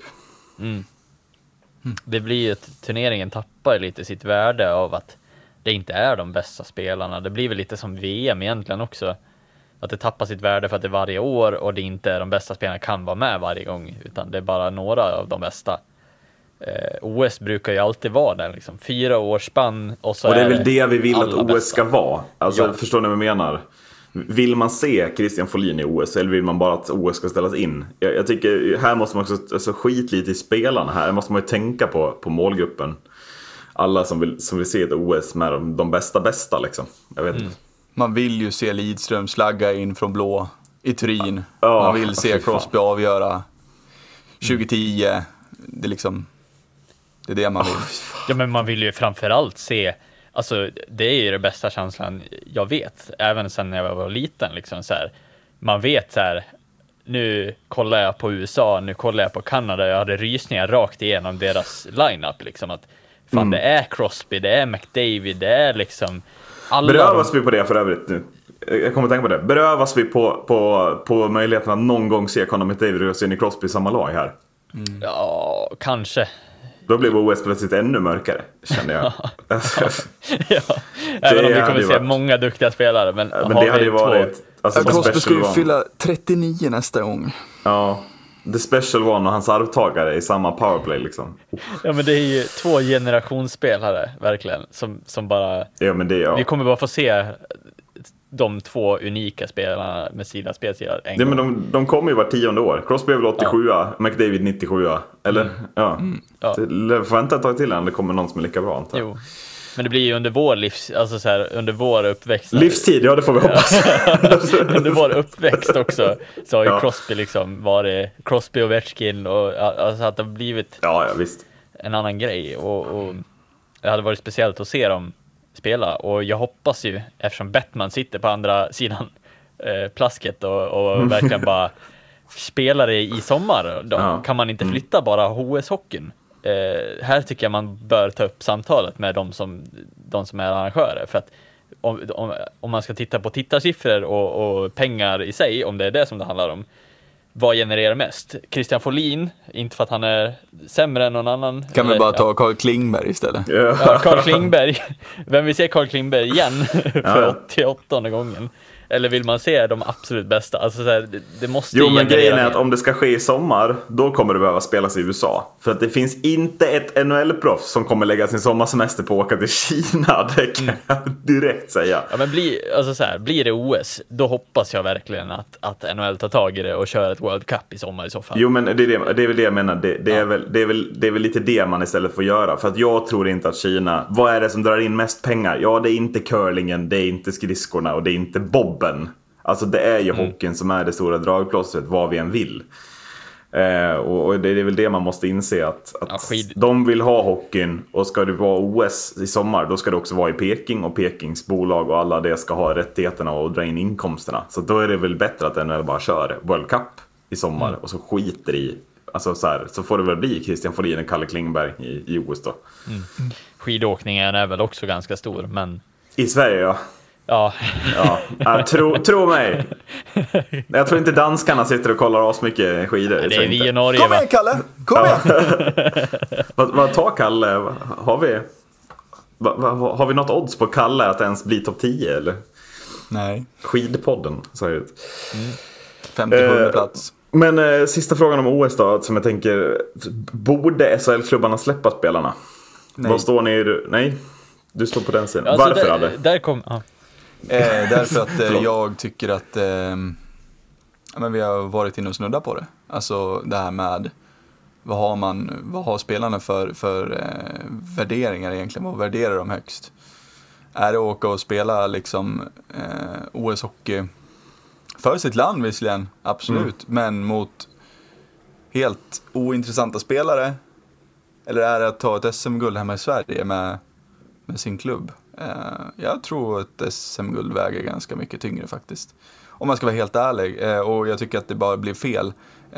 Det blir ju att turneringen tappar lite sitt värde av att det inte är de bästa spelarna. Det blir väl lite som VM egentligen också. Att det tappar sitt värde för att det är varje år och det inte är de bästa spelarna kan vara med varje gång, utan det är bara några av de bästa. OS brukar ju alltid vara där liksom 4 års spann, och så och det är väl det vi vill att OS bästa ska vara. Alltså förstår ni vad jag menar? Vill man se Christian Folin i OS, eller vill man bara att OS ska ställas in? Jag tycker här måste man också skit lite i spelarna. Här måste man ju tänka på målgruppen. Alla som vill se ett OS med de bästa liksom. Jag vet inte. Man vill ju se Lidström slagga in från blå i Turin. Man vill se Crosby avgöra 2010. Det är liksom, det är det man vill. Ja, men man vill ju framförallt se, alltså det är ju det bästa känslan jag vet, även sen när jag var liten liksom så här. Man vet så här, nu kollar jag på USA, nu kollar jag på Kanada, jag hade rysningar rakt igenom deras lineup liksom, att fan det är Crosby, det är McDavid, det är liksom alla. Berövas vi på det för övrigt nu? Jag kommer att tänka på det. Berövas vi på möjligheten att någon gång se Conor McDavid och Sidney Crosby i samma lag här? Ja, kanske. Då blev OS plötsligt ännu mörkare, känner jag. Även om vi kommer se många duktiga spelare. Men det hade ju varit... Alltså, Crosby skulle fylla 39 nästa gång. Ja, the special one och hans arvtagare i samma powerplay liksom. Ja, men det är ju 2 generationsspelare, verkligen. Som bara... Ja, men det, vi kommer bara få se de 2 unika spelarna med sina spelstilar en gång. Men de kommer ju var 10:e år. Crosby är väl 87, McDavid 97, eller? Ja. Det får inte ta till än det kommer någon som är lika bra, antar jag. Jo. Men det blir ju under vår alltså så här, under vår uppväxt. Livstid, ja, det får vi hoppas. Under vår uppväxt också så har ju Crosby liksom varit Crosby och Ovechkin, och alltså att det har blivit visst. en annan grej, och det hade varit speciellt att se dem spela, och jag hoppas ju, eftersom Bettman sitter på andra sidan plasket och verkligen bara spelar i sommar, då kan man inte flytta bara HS-hockeyn. Här tycker jag man bör ta upp samtalet med de som är arrangörer, för att om man ska titta på tittarsiffror och pengar i sig, om det är det som det handlar om, vad genererar mest? Christian Folin, inte för att han är sämre än någon annan. Kan vi bara ta Carl Klingberg istället? Ja, Carl Klingberg. Vem vill se Carl Klingberg igen för 88:e gången? Eller vill man se de absolut bästa? Alltså så här, det måste men grejen är att om det ska ske i sommar, då kommer det behöva spelas i USA. För att det finns inte ett NHL-proffs som kommer lägga sin sommarsemester på att åka till Kina. Det kan jag direkt säga. Ja, men blir det OS, då hoppas jag verkligen att NHL tar tag i det och kör ett World Cup i sommar i så fall. Jo, men det är väl det jag menar. Det är väl lite det man istället får göra. För att jag tror inte att Kina, vad är det som drar in mest pengar? Ja, det är inte curlingen, det är inte skridskorna och det är inte bobben. Alltså det är ju hockeyn som är det stora dragplåstret, vad vi än vill. Och det är väl det man måste inse, att de vill ha hockeyn, och ska det vara OS i sommar, då ska det också vara i Peking, och Pekings bolag och alla det ska ha rättigheterna och dra in inkomsterna. Så då är det väl bättre att NHL bara kör World Cup i sommar och så skiter i, alltså så får det väl bli Christian Folin och Kalle Klingberg i OS då. Skidåkningen är väl också ganska stor, men i Sverige, ja. Ja. Tro mig. Jag tror inte danskarna sitter och kollar oss mycket skidor. Det är vi i Norge. Kom igen, Kalle! Kom igen! Vad tar Kalle? Har vi något odds på Kalle att ens bli topp 10 eller? Nej. Skidpodden, så är det. 57 plats. Men sista frågan om OS då, som jag tänker, borde SHL-klubbarna släppa spelarna? Nej. Vad står ni? Nej, du står på den sidan. Alltså, Varför hade? Därför att jag tycker att men vi har varit inne och snudda på det. Alltså det här med vad har spelarna för värderingar egentligen? Vad värderar de högst? Är det att åka och spela liksom OS-hockey för sitt land visserligen, absolut, men mot helt ointressanta spelare? Eller är det att ta ett SM-guld hemma i Sverige med sin klubb? Jag tror att SM-guld väger ganska mycket tyngre faktiskt. Om man ska vara helt ärlig. Och jag tycker att det bara blir fel.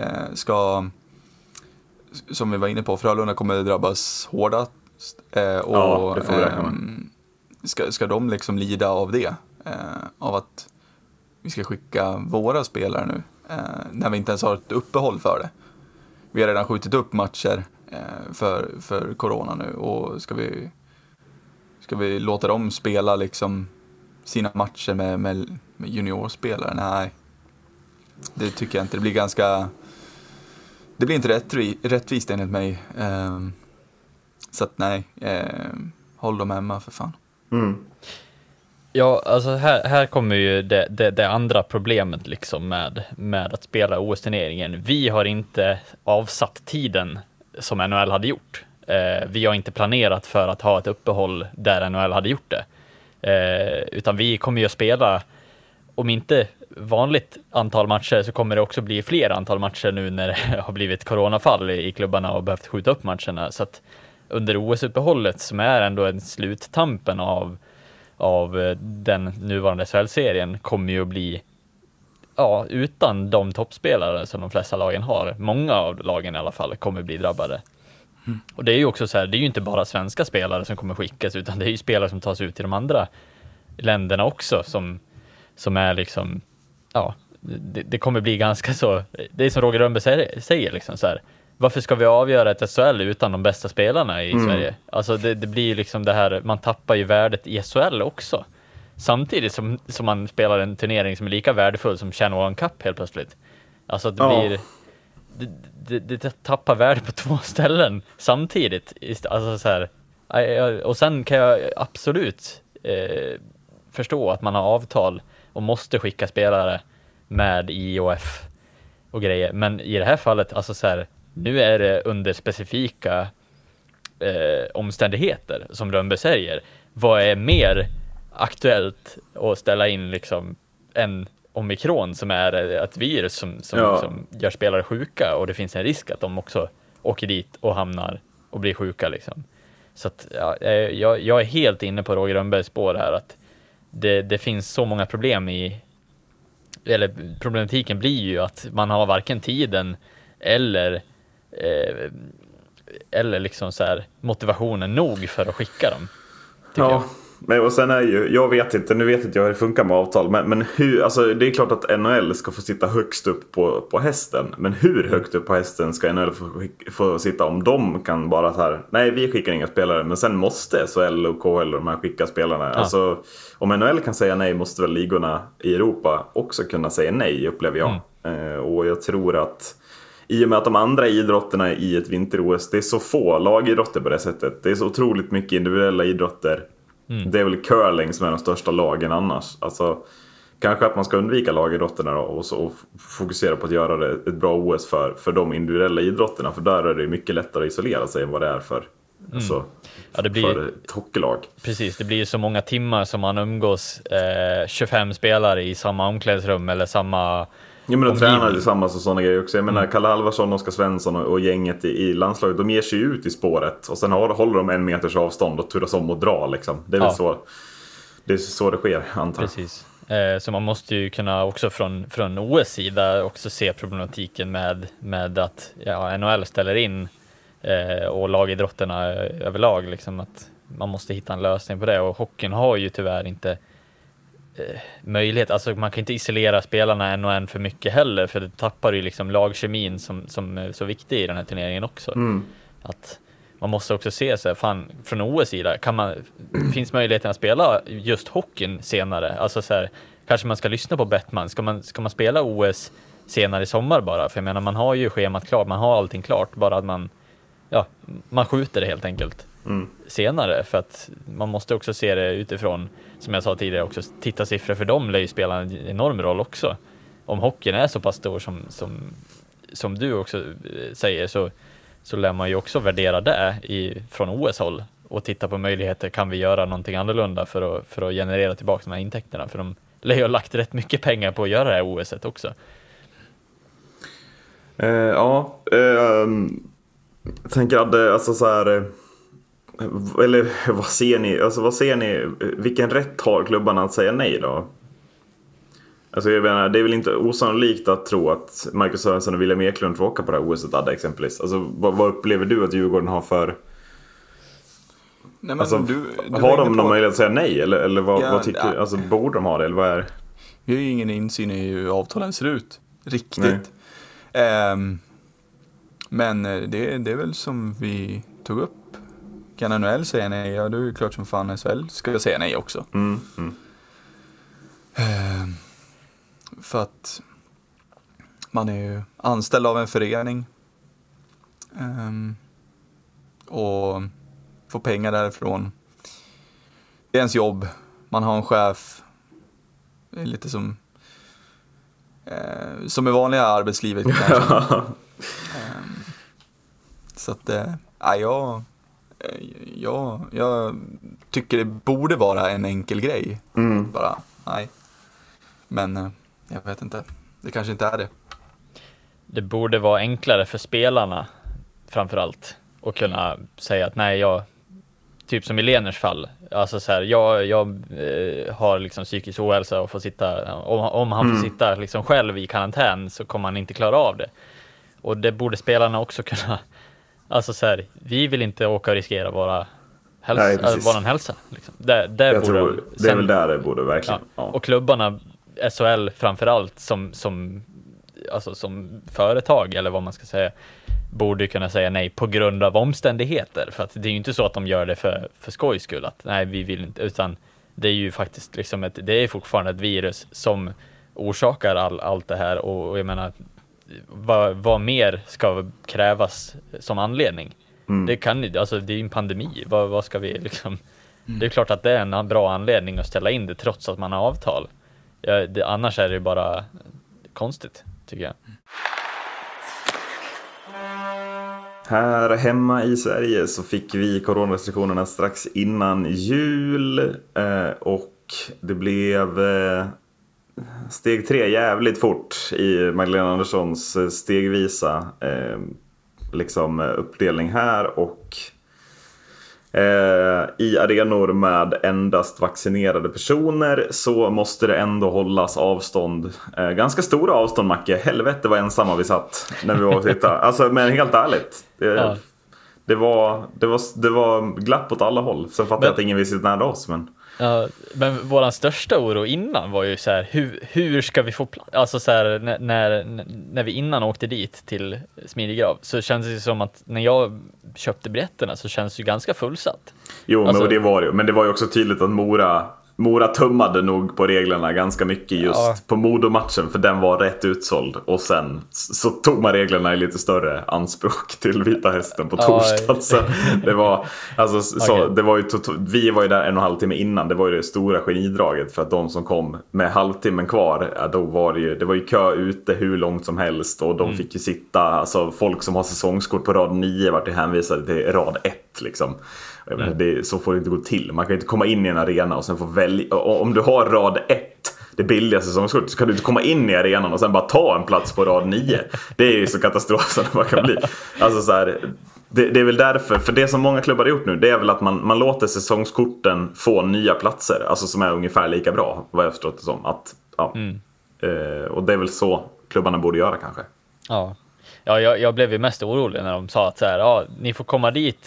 Som vi var inne på, Frölunda kommer drabbas hårdast. Och det får vi räkna med. Ska de liksom lida av det? Av att vi ska skicka våra spelare nu. När vi inte ens har ett uppehåll för det. Vi har redan skjutit upp matcher för corona nu. Och ska vi låta dem spela liksom sina matcher med juniorspelare? Nej, det tycker jag inte. Det blir inte rättvist enligt mig. Så att nej, håll dem hemma för fan. Ja, alltså här kommer ju det andra problemet liksom med att spela OS-turneringen. Vi har inte avsatt tiden som NHL hade gjort. Vi har inte planerat för att ha ett uppehåll där NHL hade gjort det. Utan vi kommer ju att spela, om inte vanligt antal matcher, så kommer det också bli fler antal matcher nu när det har blivit coronafall i klubbarna och behövt skjuta upp matcherna. Så att under OS-uppehållet, som är ändå en sluttampen av den nuvarande SHL-serien, kommer ju att bli utan de toppspelare som de flesta lagen har. Många av lagen i alla fall kommer bli drabbade. Och det är ju också så här, det är ju inte bara svenska spelare som kommer skickas, utan det är ju spelare som tas ut till de andra länderna också, som är liksom, det kommer bli ganska så, det är som Roger Rönnberg säger liksom så här, varför ska vi avgöra ett SHL utan de bästa spelarna i Sverige? Alltså det blir ju liksom det här, man tappar ju värdet i SHL också. Samtidigt som man spelar en turnering som är lika värdefull som Channel One Cup helt plötsligt. Alltså det blir... Det tappar värde på två ställen samtidigt. Alltså så här, och sen kan jag absolut förstå att man har avtal och måste skicka spelare med IOF och grejer. Men i det här fallet, alltså så här, nu är det under specifika omständigheter, som Rönnberg säger. Vad är mer aktuellt att ställa in liksom en omikron, som är ett virus som gör spelare sjuka, och det finns en risk att de också åker dit och hamnar och blir sjuka liksom. Så att, jag är helt inne på Roger Rönnbergs spår här, att det finns så många problem eller problematiken blir ju att man har varken tiden eller liksom så här motivationen nog för att skicka dem, tycker jag. Men och sen är ju, jag vet inte hur det funkar med avtal, men hur, alltså det är klart att NHL ska få sitta högst upp på hästen, men hur högt upp på hästen ska NHL få sitta om de kan bara så här, nej vi skickar inga spelare, men sen måste SHL och KHL och de här skicka spelarna. Alltså om NHL kan säga nej, måste väl ligorna i Europa också kunna säga nej, upplever jag. Och jag tror att i och med att de andra idrotterna i ett vinter-OS, det är så få lagidrotter på det sättet, det är så otroligt mycket individuella idrotter. Det är väl curling som är de största lagen annars. Alltså, kanske att man ska undvika lagidrotterna då, och fokusera på att göra det ett bra OS för de individuella idrotterna. För där är det mycket lättare att isolera sig än vad det är för, det blir, för ett hockeylag. Precis, det blir ju så många timmar som man umgås 25 spelare i samma omklädningsrum eller samma... Ja, men de tränar tillsammans och sådana grejer också. Jag menar, Kalle Halvarsson, Oskar Svensson och gänget i landslaget, de ger sig ut i spåret och sen håller de 1 meters avstånd och turas om och dra liksom. Det är väl så det är så det sker, antar jag. Precis. Så man måste ju kunna också från OS sida också se problematiken med att NHL ställer in och lagidrotterna överlag liksom, att man måste hitta en lösning på det, och hockeyn har ju tyvärr inte möjlighet. Alltså man kan inte isolera spelarna en och en för mycket heller, för det tappar ju liksom lagkemin som är så viktig i den här turneringen också. Att man måste också se så här, fan, från OS sida finns möjligheten att spela just hockeyn senare. Alltså så här, kanske man ska lyssna på Bettman. Ska man spela OS senare i sommar bara? För jag menar, man har ju schemat klart, man har allting klart, bara att man skjuter det helt enkelt senare, för att man måste också se det utifrån, som jag sa tidigare också, tittarsiffror för dem lär ju spela en enorm roll också. Om hockeyn är så pass stor som du också säger, så lär man ju också värdera det från OS-håll och titta på möjligheter. Kan vi göra någonting annorlunda för att generera tillbaka de här intäkterna? För de lär ju ha lagt rätt mycket pengar på att göra det här OS-et också. Jag tänker att alltså så här, eller vad ser ni, vilken rätt har klubbarna att säga nej då? Alltså jag menar, det är väl inte osannolikt att tro att Marcus Sörensen och William Eklund får åka på det här OS-et exempelvis. Alltså vad upplever du att Djurgården har för... Nej, men alltså, du har de någon möjlighet att säga nej? Eller vad tycker du? Alltså borde de ha det? Eller vad är... Vi har ju ingen insyn i hur avtalen ser ut. Riktigt. Men det är väl som vi tog upp. Kan NHL säga nej? Ja, det är ju klart som fan SHL ska säga nej också. För att man är ju anställd av en förening och får pengar därifrån. Det är ens jobb. Man har en chef. Det är lite som i vanliga arbetslivet kanske. Så att jag tycker det borde vara en enkel grej. Bara, nej. Men jag vet inte. Det kanske inte är det. Det borde vara enklare för spelarna framförallt att kunna säga att nej, typ som i Leners fall, alltså så här, jag har liksom psykisk ohälsa och får sitta, om han får sitta liksom själv i karantän, så kommer han inte klara av det. Och det borde spelarna också kunna, alltså så här, vi vill inte åka och riskera våran hälsa liksom. Det är väl där det borde verkligen. Ja. Och klubbarna, SHL framförallt, som företag eller vad man ska säga, borde kunna säga nej på grund av omständigheter. För att det är ju inte så att de gör det för skojs skull, att nej, vi vill inte, utan det är ju faktiskt liksom det är fortfarande ett virus som orsakar allt det här. Och jag menar, vad mer ska krävas som anledning? Det är ju en pandemi. Vad ska vi liksom... Det är klart att det är en bra anledning att ställa in det trots att man har avtal. Annars är det bara konstigt, tycker jag. Här hemma i Sverige så fick vi coronarestriktionerna strax innan jul och det blev steg 3 jävligt fort i Magdalena Anderssons stegvisa uppdelning här, och i arenor med endast vaccinerade personer så måste det ändå hållas avstånd, ganska stora avstånd, Macke. Helvete vad ensamma vi satt när vi var och tittade. Alltså, men helt ärligt, det var glapp åt alla håll. Sen fattar jag att ingen vill sitta nära oss, men... Ja, men våran största oro innan var ju så här, hur ska vi få plats? Alltså så här, när vi innan åkte dit till Smidegrav, så kändes det som att när jag köpte biljetterna så känns det ju ganska fullsatt. Jo, alltså, men det var det. Men det var ju också tydligt att Mora tummade nog på reglerna ganska mycket just på Modo-matchen, för den var rätt utsåld. Och sen så tog man reglerna i lite större anspråk till Vita Hästen på torsdag. Så det var, alltså, så, det var ju vi var ju där 1,5 timme innan. Det var ju det stora genidraget, för att de som kom med halvtimmen kvar, då var det var ju kö ute hur långt som helst. Och de fick ju sitta, alltså folk som har säsongskort på rad 9 vart hänvisade till rad 1 liksom. Så får det inte gå till. Man kan inte komma in i en arena och sen få välja. Om du har rad 1, det billiga säsongskortet, så kan du inte komma in i arenan och sen bara ta en plats på rad 9. Det är ju så katastrof som man kan bli. Alltså så här, det är väl därför, för det som många klubbar har gjort nu, det är väl att man låter säsongskorten få nya platser, alltså som är ungefär lika bra, vad jag förstått det som. Och det är väl så klubbarna borde göra kanske. Ja, jag blev ju mest orolig när de sa att så här, ni får komma dit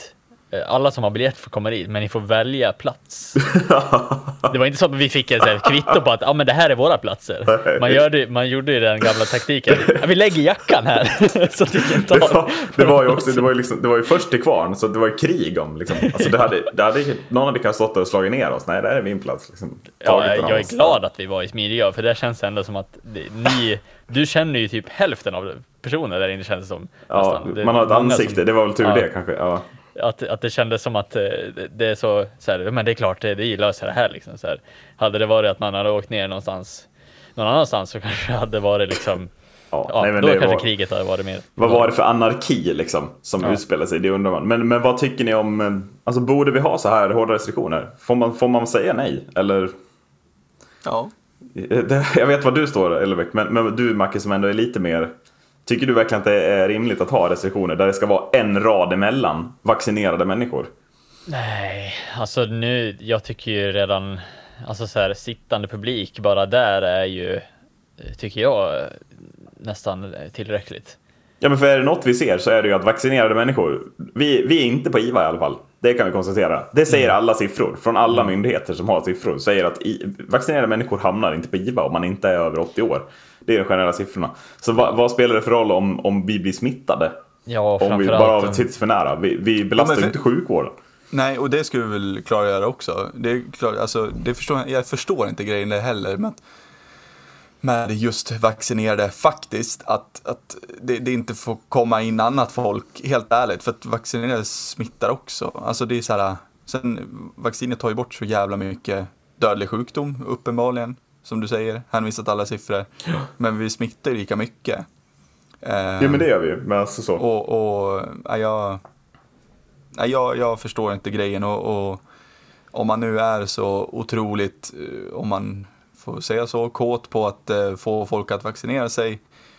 alla som har biljett får komma dit, men ni får välja plats. Det var inte så att vi fick ett kvitto på att men det här är våra platser. Man gjorde ju den gamla taktiken. Vi lägger jackan här så att du kan ta. Det var ju också, det var ju först till kvarn, så det var ju krig om liksom. Alltså någon hade kunnat stått och slagit ner oss. Nej, det här är min plats liksom. Jag är glad att vi var i Smidiga, för det känns ändå som att du känner ju typ hälften av personer där inne, känns det som. Ja, man har ett ansikte, det var väl tur det kanske. Ja. Att det kändes som att det är så här, men det är klart det löser det här liksom, så här. Hade det varit att man hade åkt ner någon annanstans så kanske hade varit liksom då kanske kriget hade varit mer. Vad var det för anarki liksom som utspelar sig, det undrar man. Men vad tycker ni om, alltså borde vi ha så här hårda restriktioner? Får man säga nej eller? Ja. Jag vet vad du står, Elbeck, men du, Macke, som ändå är lite mer. Tycker du verkligen att det är rimligt att ha restriktioner där det ska vara en rad emellan vaccinerade människor? Nej, alltså nu, jag tycker ju redan, alltså så här, sittande publik bara där är ju, tycker jag, nästan tillräckligt. Ja, men för är det något vi ser så är det ju att vaccinerade människor, vi är inte på IVA i alla fall. Det kan vi konstatera. Det säger alla siffror från alla myndigheter som har siffror. Säger att vaccinerade människor hamnar inte på IVA om man inte är över 80 år. Det är de generella siffrorna. Så vad spelar det för roll om vi blir smittade? Ja, om vi bara sitter för nära. Vi belastar inte sjukvården. Nej, och det skulle vi väl klargöra också. Det är klart, alltså, jag förstår inte grejen där heller. Men med just vaccinerade faktiskt att det inte får komma in annat folk, helt ärligt, för att vaccinerade smittar också. Alltså det är så här, sen vaccinet tar ju bort så jävla mycket dödlig sjukdom uppenbarligen, som du säger, hänvisat alla siffror, men vi smittar lika mycket. Ja, men det gör vi ju, men alltså så. Jag förstår inte grejen, och om man nu är så otroligt, om man får säga så, kåt på att få folk att vaccinera sig,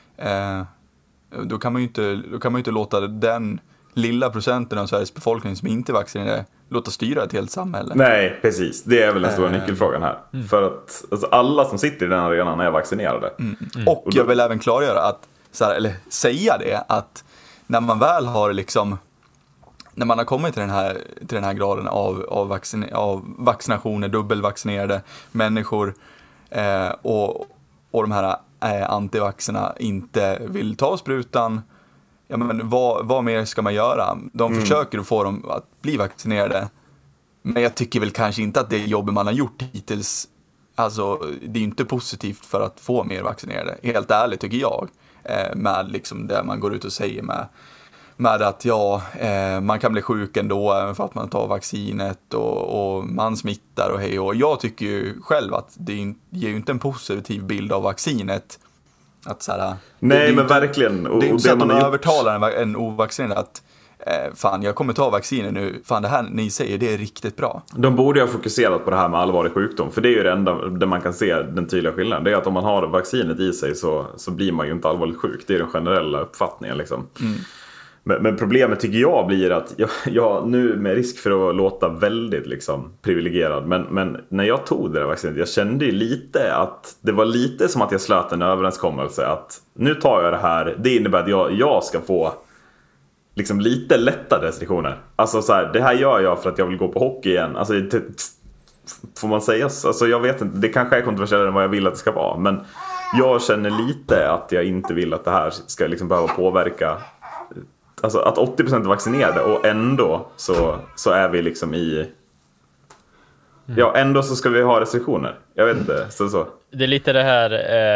då kan man ju inte låta den lilla procenten av Sveriges befolkning som inte är vaccinerade låta styra ett helt samhälle. Nej, precis. Det är väl den stora nyckelfrågan här. För att alltså, alla som sitter i den arenan är vaccinerade. Och jag vill även klargöra att, så här, eller säga det, att när man väl har liksom, när man har kommit till den här graden av vaccinationer, dubbelvaccinerade människor, och de här antivaxerna inte vill ta sprutan, ja, men vad mer ska man göra? De försöker att få dem att bli vaccinerade, men jag tycker väl kanske inte att det jobb man har gjort hittills, alltså det är inte positivt för att få mer vaccinerade, helt ärligt tycker jag, med liksom det man går ut och säger med att man kan bli sjuk ändå även för att man tar vaccinet, och man smittar och hej. Och jag tycker ju själv att det ger ju inte en positiv bild av vaccinet. Att så här, nej, men verkligen. Det är inte så att de övertalar en ovaccinerad att fan, jag kommer ta vacciner nu. Fan, det här ni säger, det är riktigt bra. De borde ha fokuserat på det här med allvarlig sjukdom. För det är ju det enda där man kan se den tydliga skillnaden. Det är att om man har vaccinet i sig så blir man ju inte allvarligt sjuk. Det är den generella uppfattningen liksom. Men problemet tycker jag blir att jag nu, med risk för att låta väldigt liksom privilegierad, men när jag tog det där vaccinet, jag kände ju lite att det var lite som att jag slöt en överenskommelse att nu tar jag det här, det innebär att jag ska få liksom lite lättare restriktioner. Alltså så här, det här gör jag för att jag vill gå på hockey igen. Alltså får man säga, alltså jag vet inte, det kanske är kontroversiellare än vad jag vill att det ska vara, men jag känner lite att jag inte vill att det här ska liksom behöva påverka. Alltså att 80% är vaccinerade och ändå så är vi liksom i... Ja, ändå så ska vi ha restriktioner. Jag vet inte, så. Det är lite det här...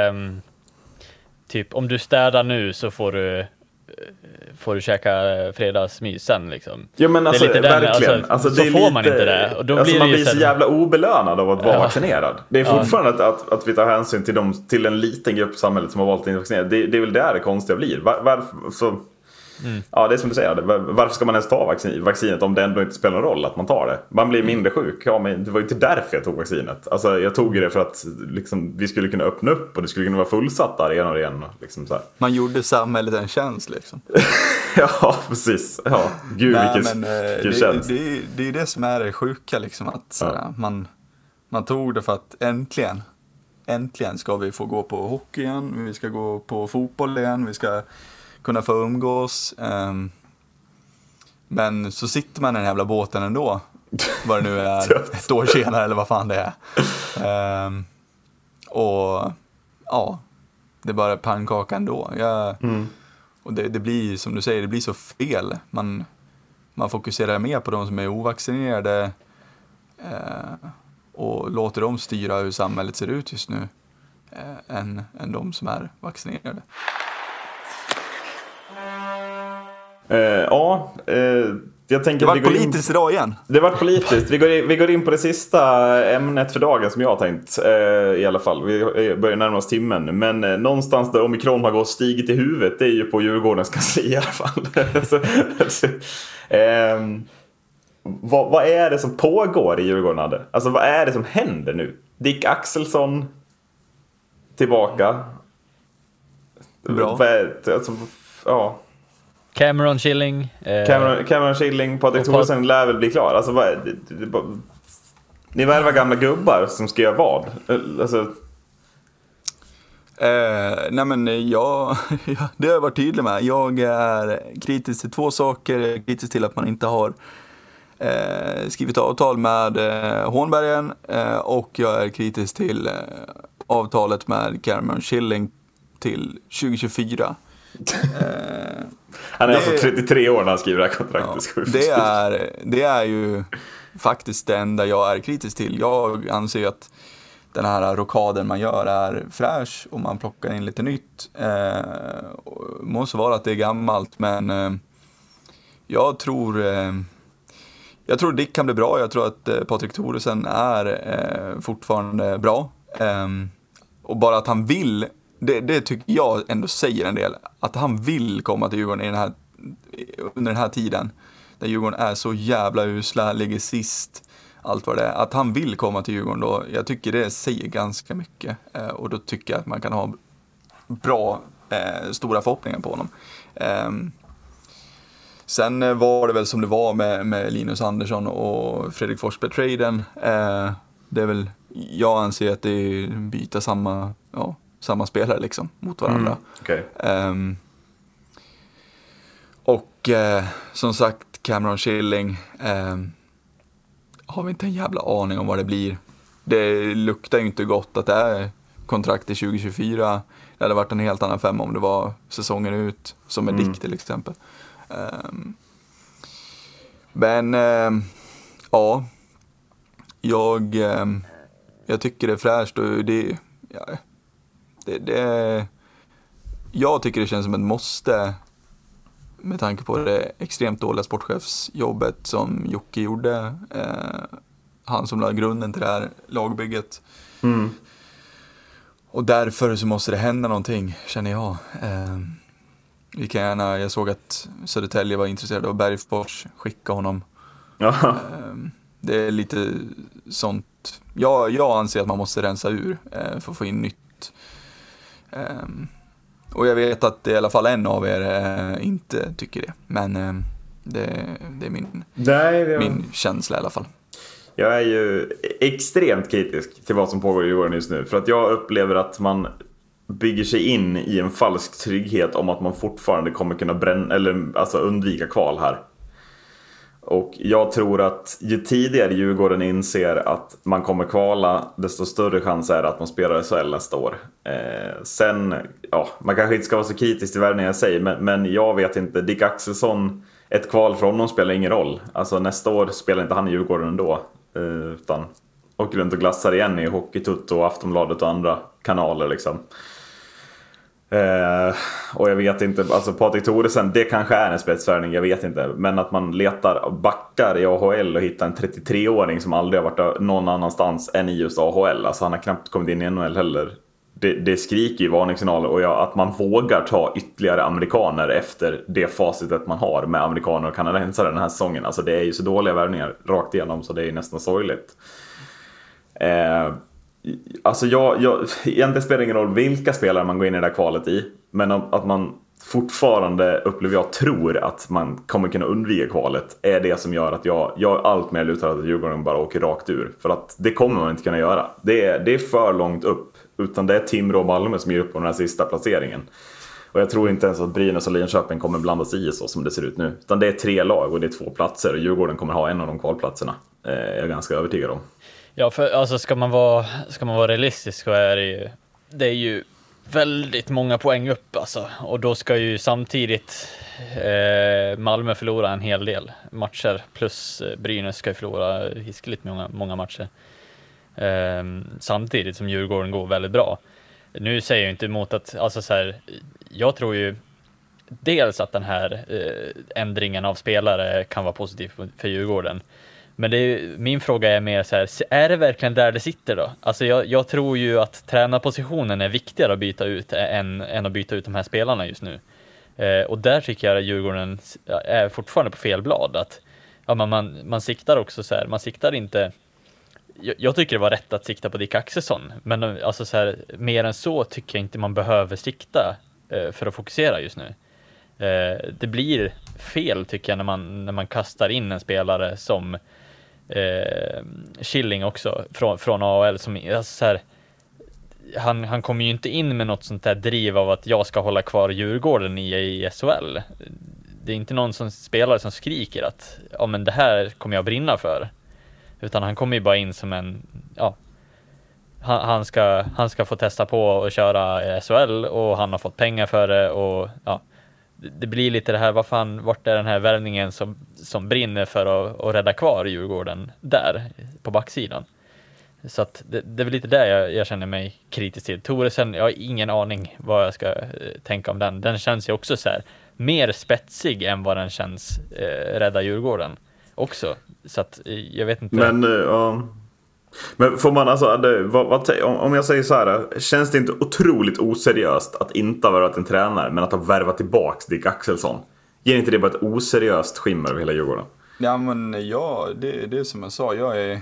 typ, om du städar nu så får du käka fredagsmys sen liksom. Ja, men alltså, det är lite verkligen. Alltså, så får man inte det. Och då alltså, man blir ju så jävla obelönad av att vara vaccinerad. Det är fortfarande att vi tar hänsyn till en liten grupp i samhället som har valt att inte vaccinera. Det är väl där det konstiga blir. Varför så... Ja, det är som du säger. Varför ska man ens ta vaccinet om det ändå inte spelar någon roll att man tar det? Man blir mindre sjuk. Ja, men det var ju inte därför jag tog vaccinet. Alltså, jag tog det för att liksom, vi skulle kunna öppna upp och det skulle kunna vara fullsatt där igen. Liksom, så här. Man gjorde samhället en tjänst liksom. Ja, precis. Ja, gud, vilken tjänst. Det är det som är det sjuka liksom, att såhär, man tog det för att äntligen ska vi få gå på hockey igen, vi ska gå på fotboll igen, vi ska kunna få umgås. Men så sitter man i den jävla båten ändå. Vad det nu är, ett år senare eller vad fan det är. Och ja, det är bara pannkaka ändå. Och det blir, som du säger, det blir så fel. Man fokuserar mer på de som är ovaccinerade och låter dem styra hur samhället ser ut just nu än de som är vaccinerade. Jag tänker det var politiskt idag igen. Det var politiskt. Vi går in på det sista ämnet för dagen som jag har tänkt i alla fall. Vi börjar närma oss timmen. Men någonstans där omikron har gått stigit i huvudet, det är ju på Djurgårdens kansli i alla fall. Vad är det som pågår i Djurgården? Alltså vad är det som händer nu? Dick Axelsson tillbaka. Bra. Ja. Cameron Schilling. Cameron Schilling, Patrik Thoresen lär väl bli klar. Alltså, ni värvar gamla gubbar som ska göra vad? Alltså... nej men det har jag varit tydlig med. Jag är kritisk till 2 saker. Jag är kritisk till att man inte har skrivit avtal med Hornbergen och jag är kritisk till avtalet med Cameron Schilling till 2024. Han är alltså 33 år när han skriver det här kontraktet. Ja, det är ju faktiskt det enda jag är kritisk till. Jag anser ju att den här rockaden man gör är fräsch och man plockar in lite nytt. Måste vara att det är gammalt, men jag tror Dick kan bli bra. Jag tror att Patrik Thoresen är fortfarande bra. Och bara att han vill, det tycker jag ändå säger en del. Att han vill komma till Djurgården under den här tiden. Där Djurgården är så jävla usla, ligger sist, allt vad det är. Att han vill komma till Djurgården då, jag tycker det säger ganska mycket. Och då tycker jag att man kan ha bra, stora förhoppningar på honom. Sen var det väl som det var med Linus Andersson och Fredrik Forsberg-traden. Det är väl, jag anser att det är byta samma spelare liksom mot varandra. Okay. Och som sagt, Cameron Schilling har vi inte en jävla aning om vad det blir. Det luktar ju inte gott att det är kontrakt i 2024. Det hade varit en helt annan femma om det var säsongen ut, som med Dick till exempel. Men ja, jag tycker det är fräscht och jag tycker det känns som ett måste med tanke på det extremt dåliga sportchefsjobbet som Jocke gjorde. Han som lade grunden till det här lagbygget. Och därför så måste det hända någonting, känner jag. Vi kan gärna, jag såg att Södertälje var intresserad av Bergfors, skicka honom. Det är lite sånt. Jag anser att man måste rensa ur för att få in nytt. Och jag vet att i alla fall en av er inte tycker det. Men det är min känsla i alla fall. Jag är ju extremt kritisk till vad som pågår i Djurgården just nu. För att jag upplever att man bygger sig in i en falsk trygghet om att man fortfarande kommer kunna undvika kval här. Och jag tror att ju tidigare Djurgården inser att man kommer kvala, desto större chans är det att man spelar SHL nästa år. Sen, man kanske inte ska vara så kritisk till värvningen jag säger, men jag vet inte. Dick Axelsson, ett kval för honom spelar ingen roll. Alltså nästa år spelar inte han i Djurgården ändå, utan åker runt och glassar igen i Hockeytutto och Aftonbladet och andra kanaler liksom. Och jag vet inte, alltså Patrik Thoresen, det kanske är en spetsvärvning, jag vet inte. Men att man letar backar i AHL och hittar en 33-åring som aldrig har varit någon annanstans än i just AHL. Alltså han har knappt kommit in i NHL heller. Det skriker ju varningssignaler. Och att man vågar ta ytterligare amerikaner efter det facitet man har med amerikaner och kanadensare den här säsongen. Alltså det är ju så dåliga värvningar rakt igenom så det är nästan sorgligt. Alltså egentligen spelar det ingen roll vilka spelare man går in i det där kvalet i. Men att man fortfarande, upplever jag, tror att man kommer kunna undvika kvalet är det som gör att jag allt mer lutar att Djurgården bara åker rakt ur. För att det kommer man inte kunna göra. Det är för långt upp. Utan det är Timrå och Malmö som ger upp på den här sista placeringen. Och jag tror inte ens att Brynäs och Linköping kommer blandas i så som det ser ut nu. Utan det är 3 lag och det är 2 platser. Och Djurgården kommer ha en av de kvalplatserna. Jag är ganska övertygad om. Ja, för alltså ska man vara realistisk så är det är ju väldigt många poäng upp alltså. Och då ska ju samtidigt Malmö förlora en hel del matcher. Plus Brynäs ska ju förlora hiskeligt många matcher. Samtidigt som Djurgården går väldigt bra. Nu säger jag inte emot att, alltså så här, jag tror ju dels att den här ändringen av spelare kan vara positiv för Djurgården. Men min fråga är mer så här, är det verkligen där det sitter då? Alltså jag tror ju att tränarpositionen är viktigare att byta ut än att byta ut de här spelarna just nu. Och där tycker jag att Djurgården är fortfarande på fel blad. Att, ja, man siktar också så här, man siktar inte... Jag tycker det var rätt att sikta på Dick Axelsson, men alltså så här, mer än så tycker jag inte man behöver sikta för att fokusera just nu. Det blir fel tycker jag när man kastar in en spelare som Schilling också från AHL som alltså så här, han kommer ju inte in med något sånt där driv av att jag ska hålla kvar Djurgården i SHL. Det är inte någon som spelare som skriker att ja, men det här kommer jag brinna för. Utan han kommer ju bara in som en, ja, han ska få testa på och köra SHL och han har fått pengar för det och ja, det blir lite det här, vart är den här värvningen som brinner för att rädda kvar Djurgården där på backsidan. Så att det är väl lite där jag känner mig kritisk till. Thoresen, jag har ingen aning vad jag ska tänka om den. Den känns ju också så här mer spetsig än vad den känns rädda Djurgården också. Så att jag vet inte. Men får man alltså, om jag säger så här, känns det inte otroligt oseriöst att inte ha värvat en tränare men att ha värvat tillbaks Dick Axelsson? Ger inte det bara ett oseriöst skimmer över hela Djurgården? Ja, men ja, det är som jag sa,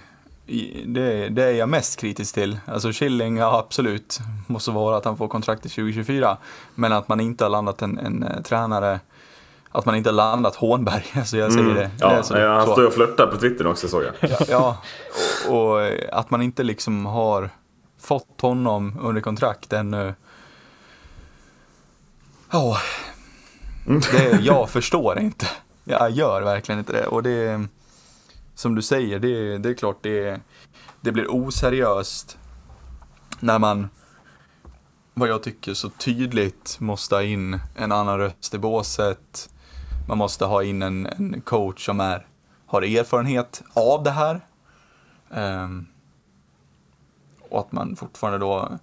det är jag mest kritisk till. Alltså Schilling, ja, absolut, måste vara att han får kontrakt till 2024, men att man inte har landat en tränare, att man inte har landat Hånberg, alltså jag säger det. Ja, det är så. Han står och flörtar på Twitter också, såg jag. Ja, och att man inte liksom har fått honom under kontrakt ännu. Ja, jag förstår inte. Jag gör verkligen inte det. Och det, som du säger, det är klart det blir oseriöst när man, vad jag tycker, så tydligt måste ha in en annan röst i båset. Man måste ha in en coach som har erfarenhet av det här. Och att man fortfarande då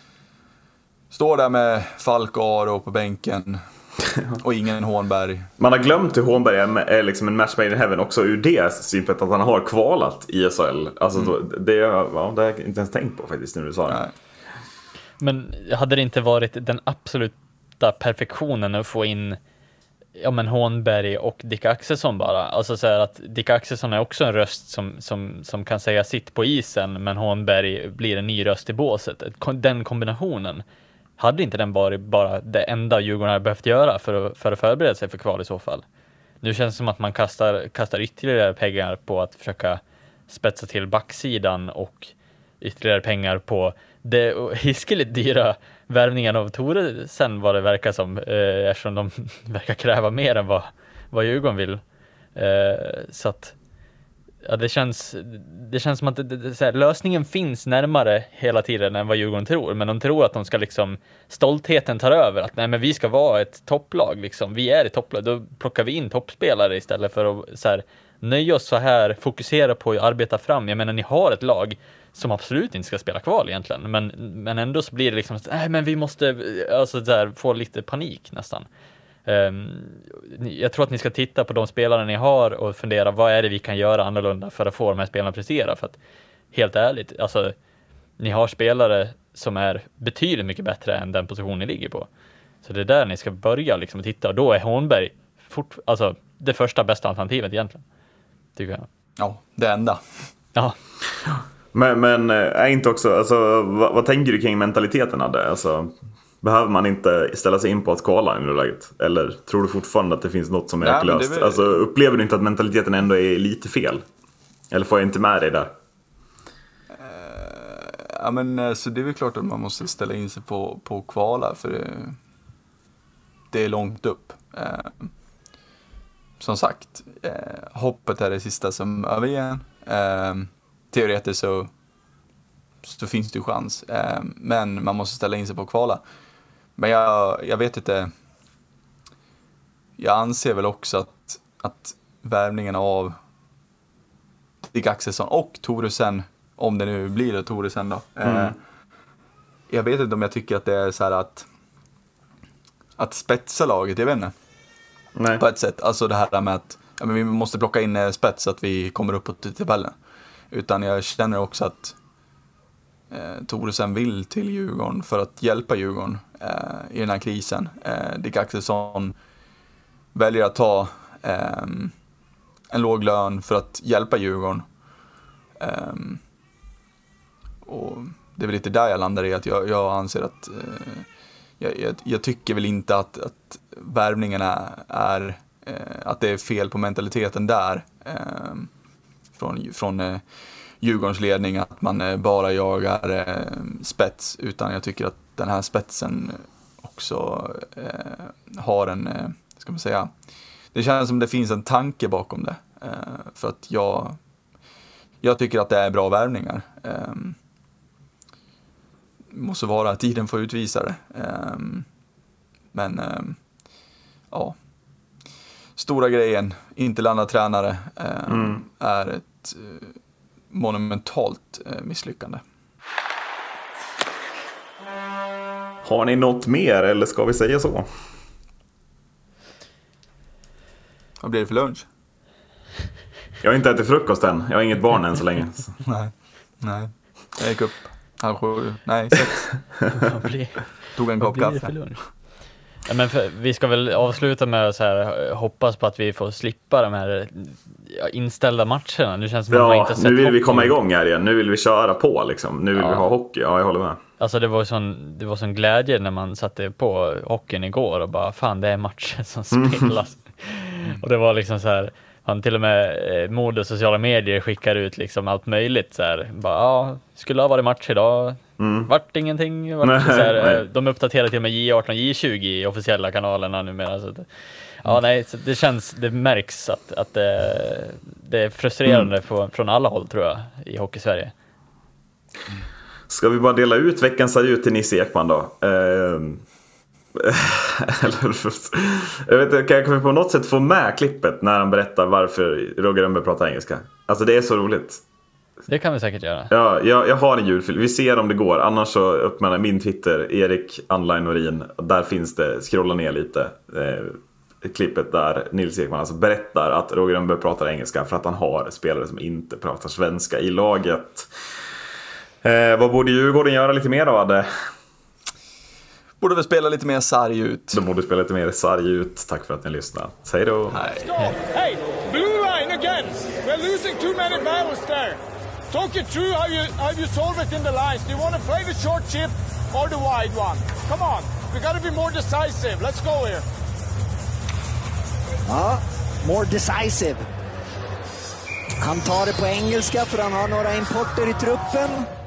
står där med Falk och Aro på bänken och ingen Hånberg. Man har glömt hur Hånberg är liksom en match made in heaven också ur det synpunkten att han har kvalat i SHL. Alltså det har jag inte ens tänkt på faktiskt när du sa det. Nej. Men hade det inte varit den absoluta perfektionen att få in Hånberg och Dick Axelsson bara? Alltså så här att Dick Axelsson är också en röst som kan säga sitt på isen, men Hånberg blir en ny röst i båset. Den kombinationen, hade inte den varit bara det enda Djurgården hade behövt göra för att förbereda sig för kval i så fall? Nu känns det som att man kastar ytterligare pengar på att försöka spetsa till backsidan och ytterligare pengar på det hiskeligt dyra värvningen av Tore sen, vad det verkar som, eftersom de verkar kräva mer än vad Djurgården vill. Så att ja, det känns som att så här, lösningen finns närmare hela tiden än vad Djurgården tror, men de tror att de ska liksom, stoltheten tar över, att nej, men vi ska vara ett topplag liksom, vi är ett topplag, då plockar vi in toppspelare istället för att så här, nöja oss så här, fokusera på att arbeta fram. Jag menar, ni har ett lag som absolut inte ska spela kval egentligen, men ändå så blir det liksom, nej, men vi måste alltså där få lite panik nästan. Jag tror att ni ska titta på de spelare ni har och fundera, vad är det vi kan göra annorlunda för att få de här spelarna att prestera, för att helt ärligt, alltså ni har spelare som är betydligt mycket bättre än den position ni ligger på. Så det är där ni ska börja liksom titta, och då är Hånberg alltså det första bästa alternativet egentligen, tycker jag. Ja, det enda. Ja. Men är inte också, alltså, vad tänker du kring mentaliteten av det? Alltså, behöver man inte ställa sig in på att kvala i läget? Eller tror du fortfarande att det finns något som är löst? Alltså, upplever du inte att mentaliteten ändå är lite fel? Eller får jag inte med dig där? Ja, men så det är väl klart att man måste ställa in sig på kvala, för det är långt upp. Som sagt, hoppet är det sista som överger. Teoretiskt så finns det ju chans. Men man måste ställa in sig på att kvala. Men jag vet inte. Jag anser väl också att värvningen av Dick Axelsson och Thoresen, om det nu blir det Thoresen då. Jag vet inte om jag tycker att det är så här att spetsa laget, jag vet inte. Nej. På ett sätt, alltså det här med att men vi måste plocka in spets så att vi kommer uppåt i tabellen. Utan jag känner också att Thoresen vill till Djurgården för att hjälpa Djurgården i den här krisen. Dick Axelsson väljer att ta en låg lön för att hjälpa Djurgården. Och det är väl lite där jag landar i, att jag anser att jag tycker väl inte att värvningen är att det är fel på mentaliteten där från Djurgårdens ledning, att man bara jagar spets, utan jag tycker att den här spetsen också har en, ska man säga, det känns som det finns en tanke bakom det, för att jag tycker att det är bra värvningar. Måste vara, tiden får utvisa det. Men ja, stora grejen, inte landa tränare, är ett monumentalt misslyckande. Har ni något mer, eller ska vi säga så? Vad blir det för lunch? Jag har inte ätit frukost än. Jag har inget barn än så länge. Nej. Jag gick upp 6:30. Nej, 6. Tog en kopp kaffe. Ja, men vi ska väl avsluta med att så här, hoppas på att vi får slippa de här inställda matcherna. Nu känns det som att man inte har sett nu vill hockey. Vi komma igång här igen. Nu vill vi köra på liksom. Nu vill vi ha hockey. Ja, jag håller med. Alltså det var sån glädje när man satte på hockeyn igår och bara, fan, det är matchen som spelas. Och det var liksom så här, han till och med mode och sociala medier skickar ut liksom allt möjligt så här, bara, skulle ha varit match idag. Vart ingenting. Så här, de uppdaterar till och med J18 och J20 i officiella kanalerna numera. Så så det märks att det är frustrerande från alla håll, tror jag, i Hockey-Sverige. Ska vi bara dela ut veckans adjut till Nisse Ekman då? Jag vet inte, kan jag på något sätt få med klippet när han berättar varför Roger Rönnberg pratar engelska? Alltså det är så roligt. Det kan vi säkert göra. Ja, jag har en ljudfil. Vi ser om det går. Annars så öppnar min Twitter, Erik Anline Norin. Där finns det, scrolla ner lite, klippet där Nils Ekman alltså berättar att Roger Rönnberg pratar engelska för att han har spelare som inte pratar svenska i laget. Vad borde Djurgården göra lite mer då? Borde väl spela lite mer sarg ut. De borde spela lite mer sarg ut. Tack för att ni lyssnade. Hej då. Hey, blue line again. We're losing too many battles there. Talk it through how you solve it in the lines. Do you want to play the short chip or the wide one? Come on, we got to be more decisive. Let's go here. Ja, more decisive. Han tar det på engelska för han har några importer i truppen.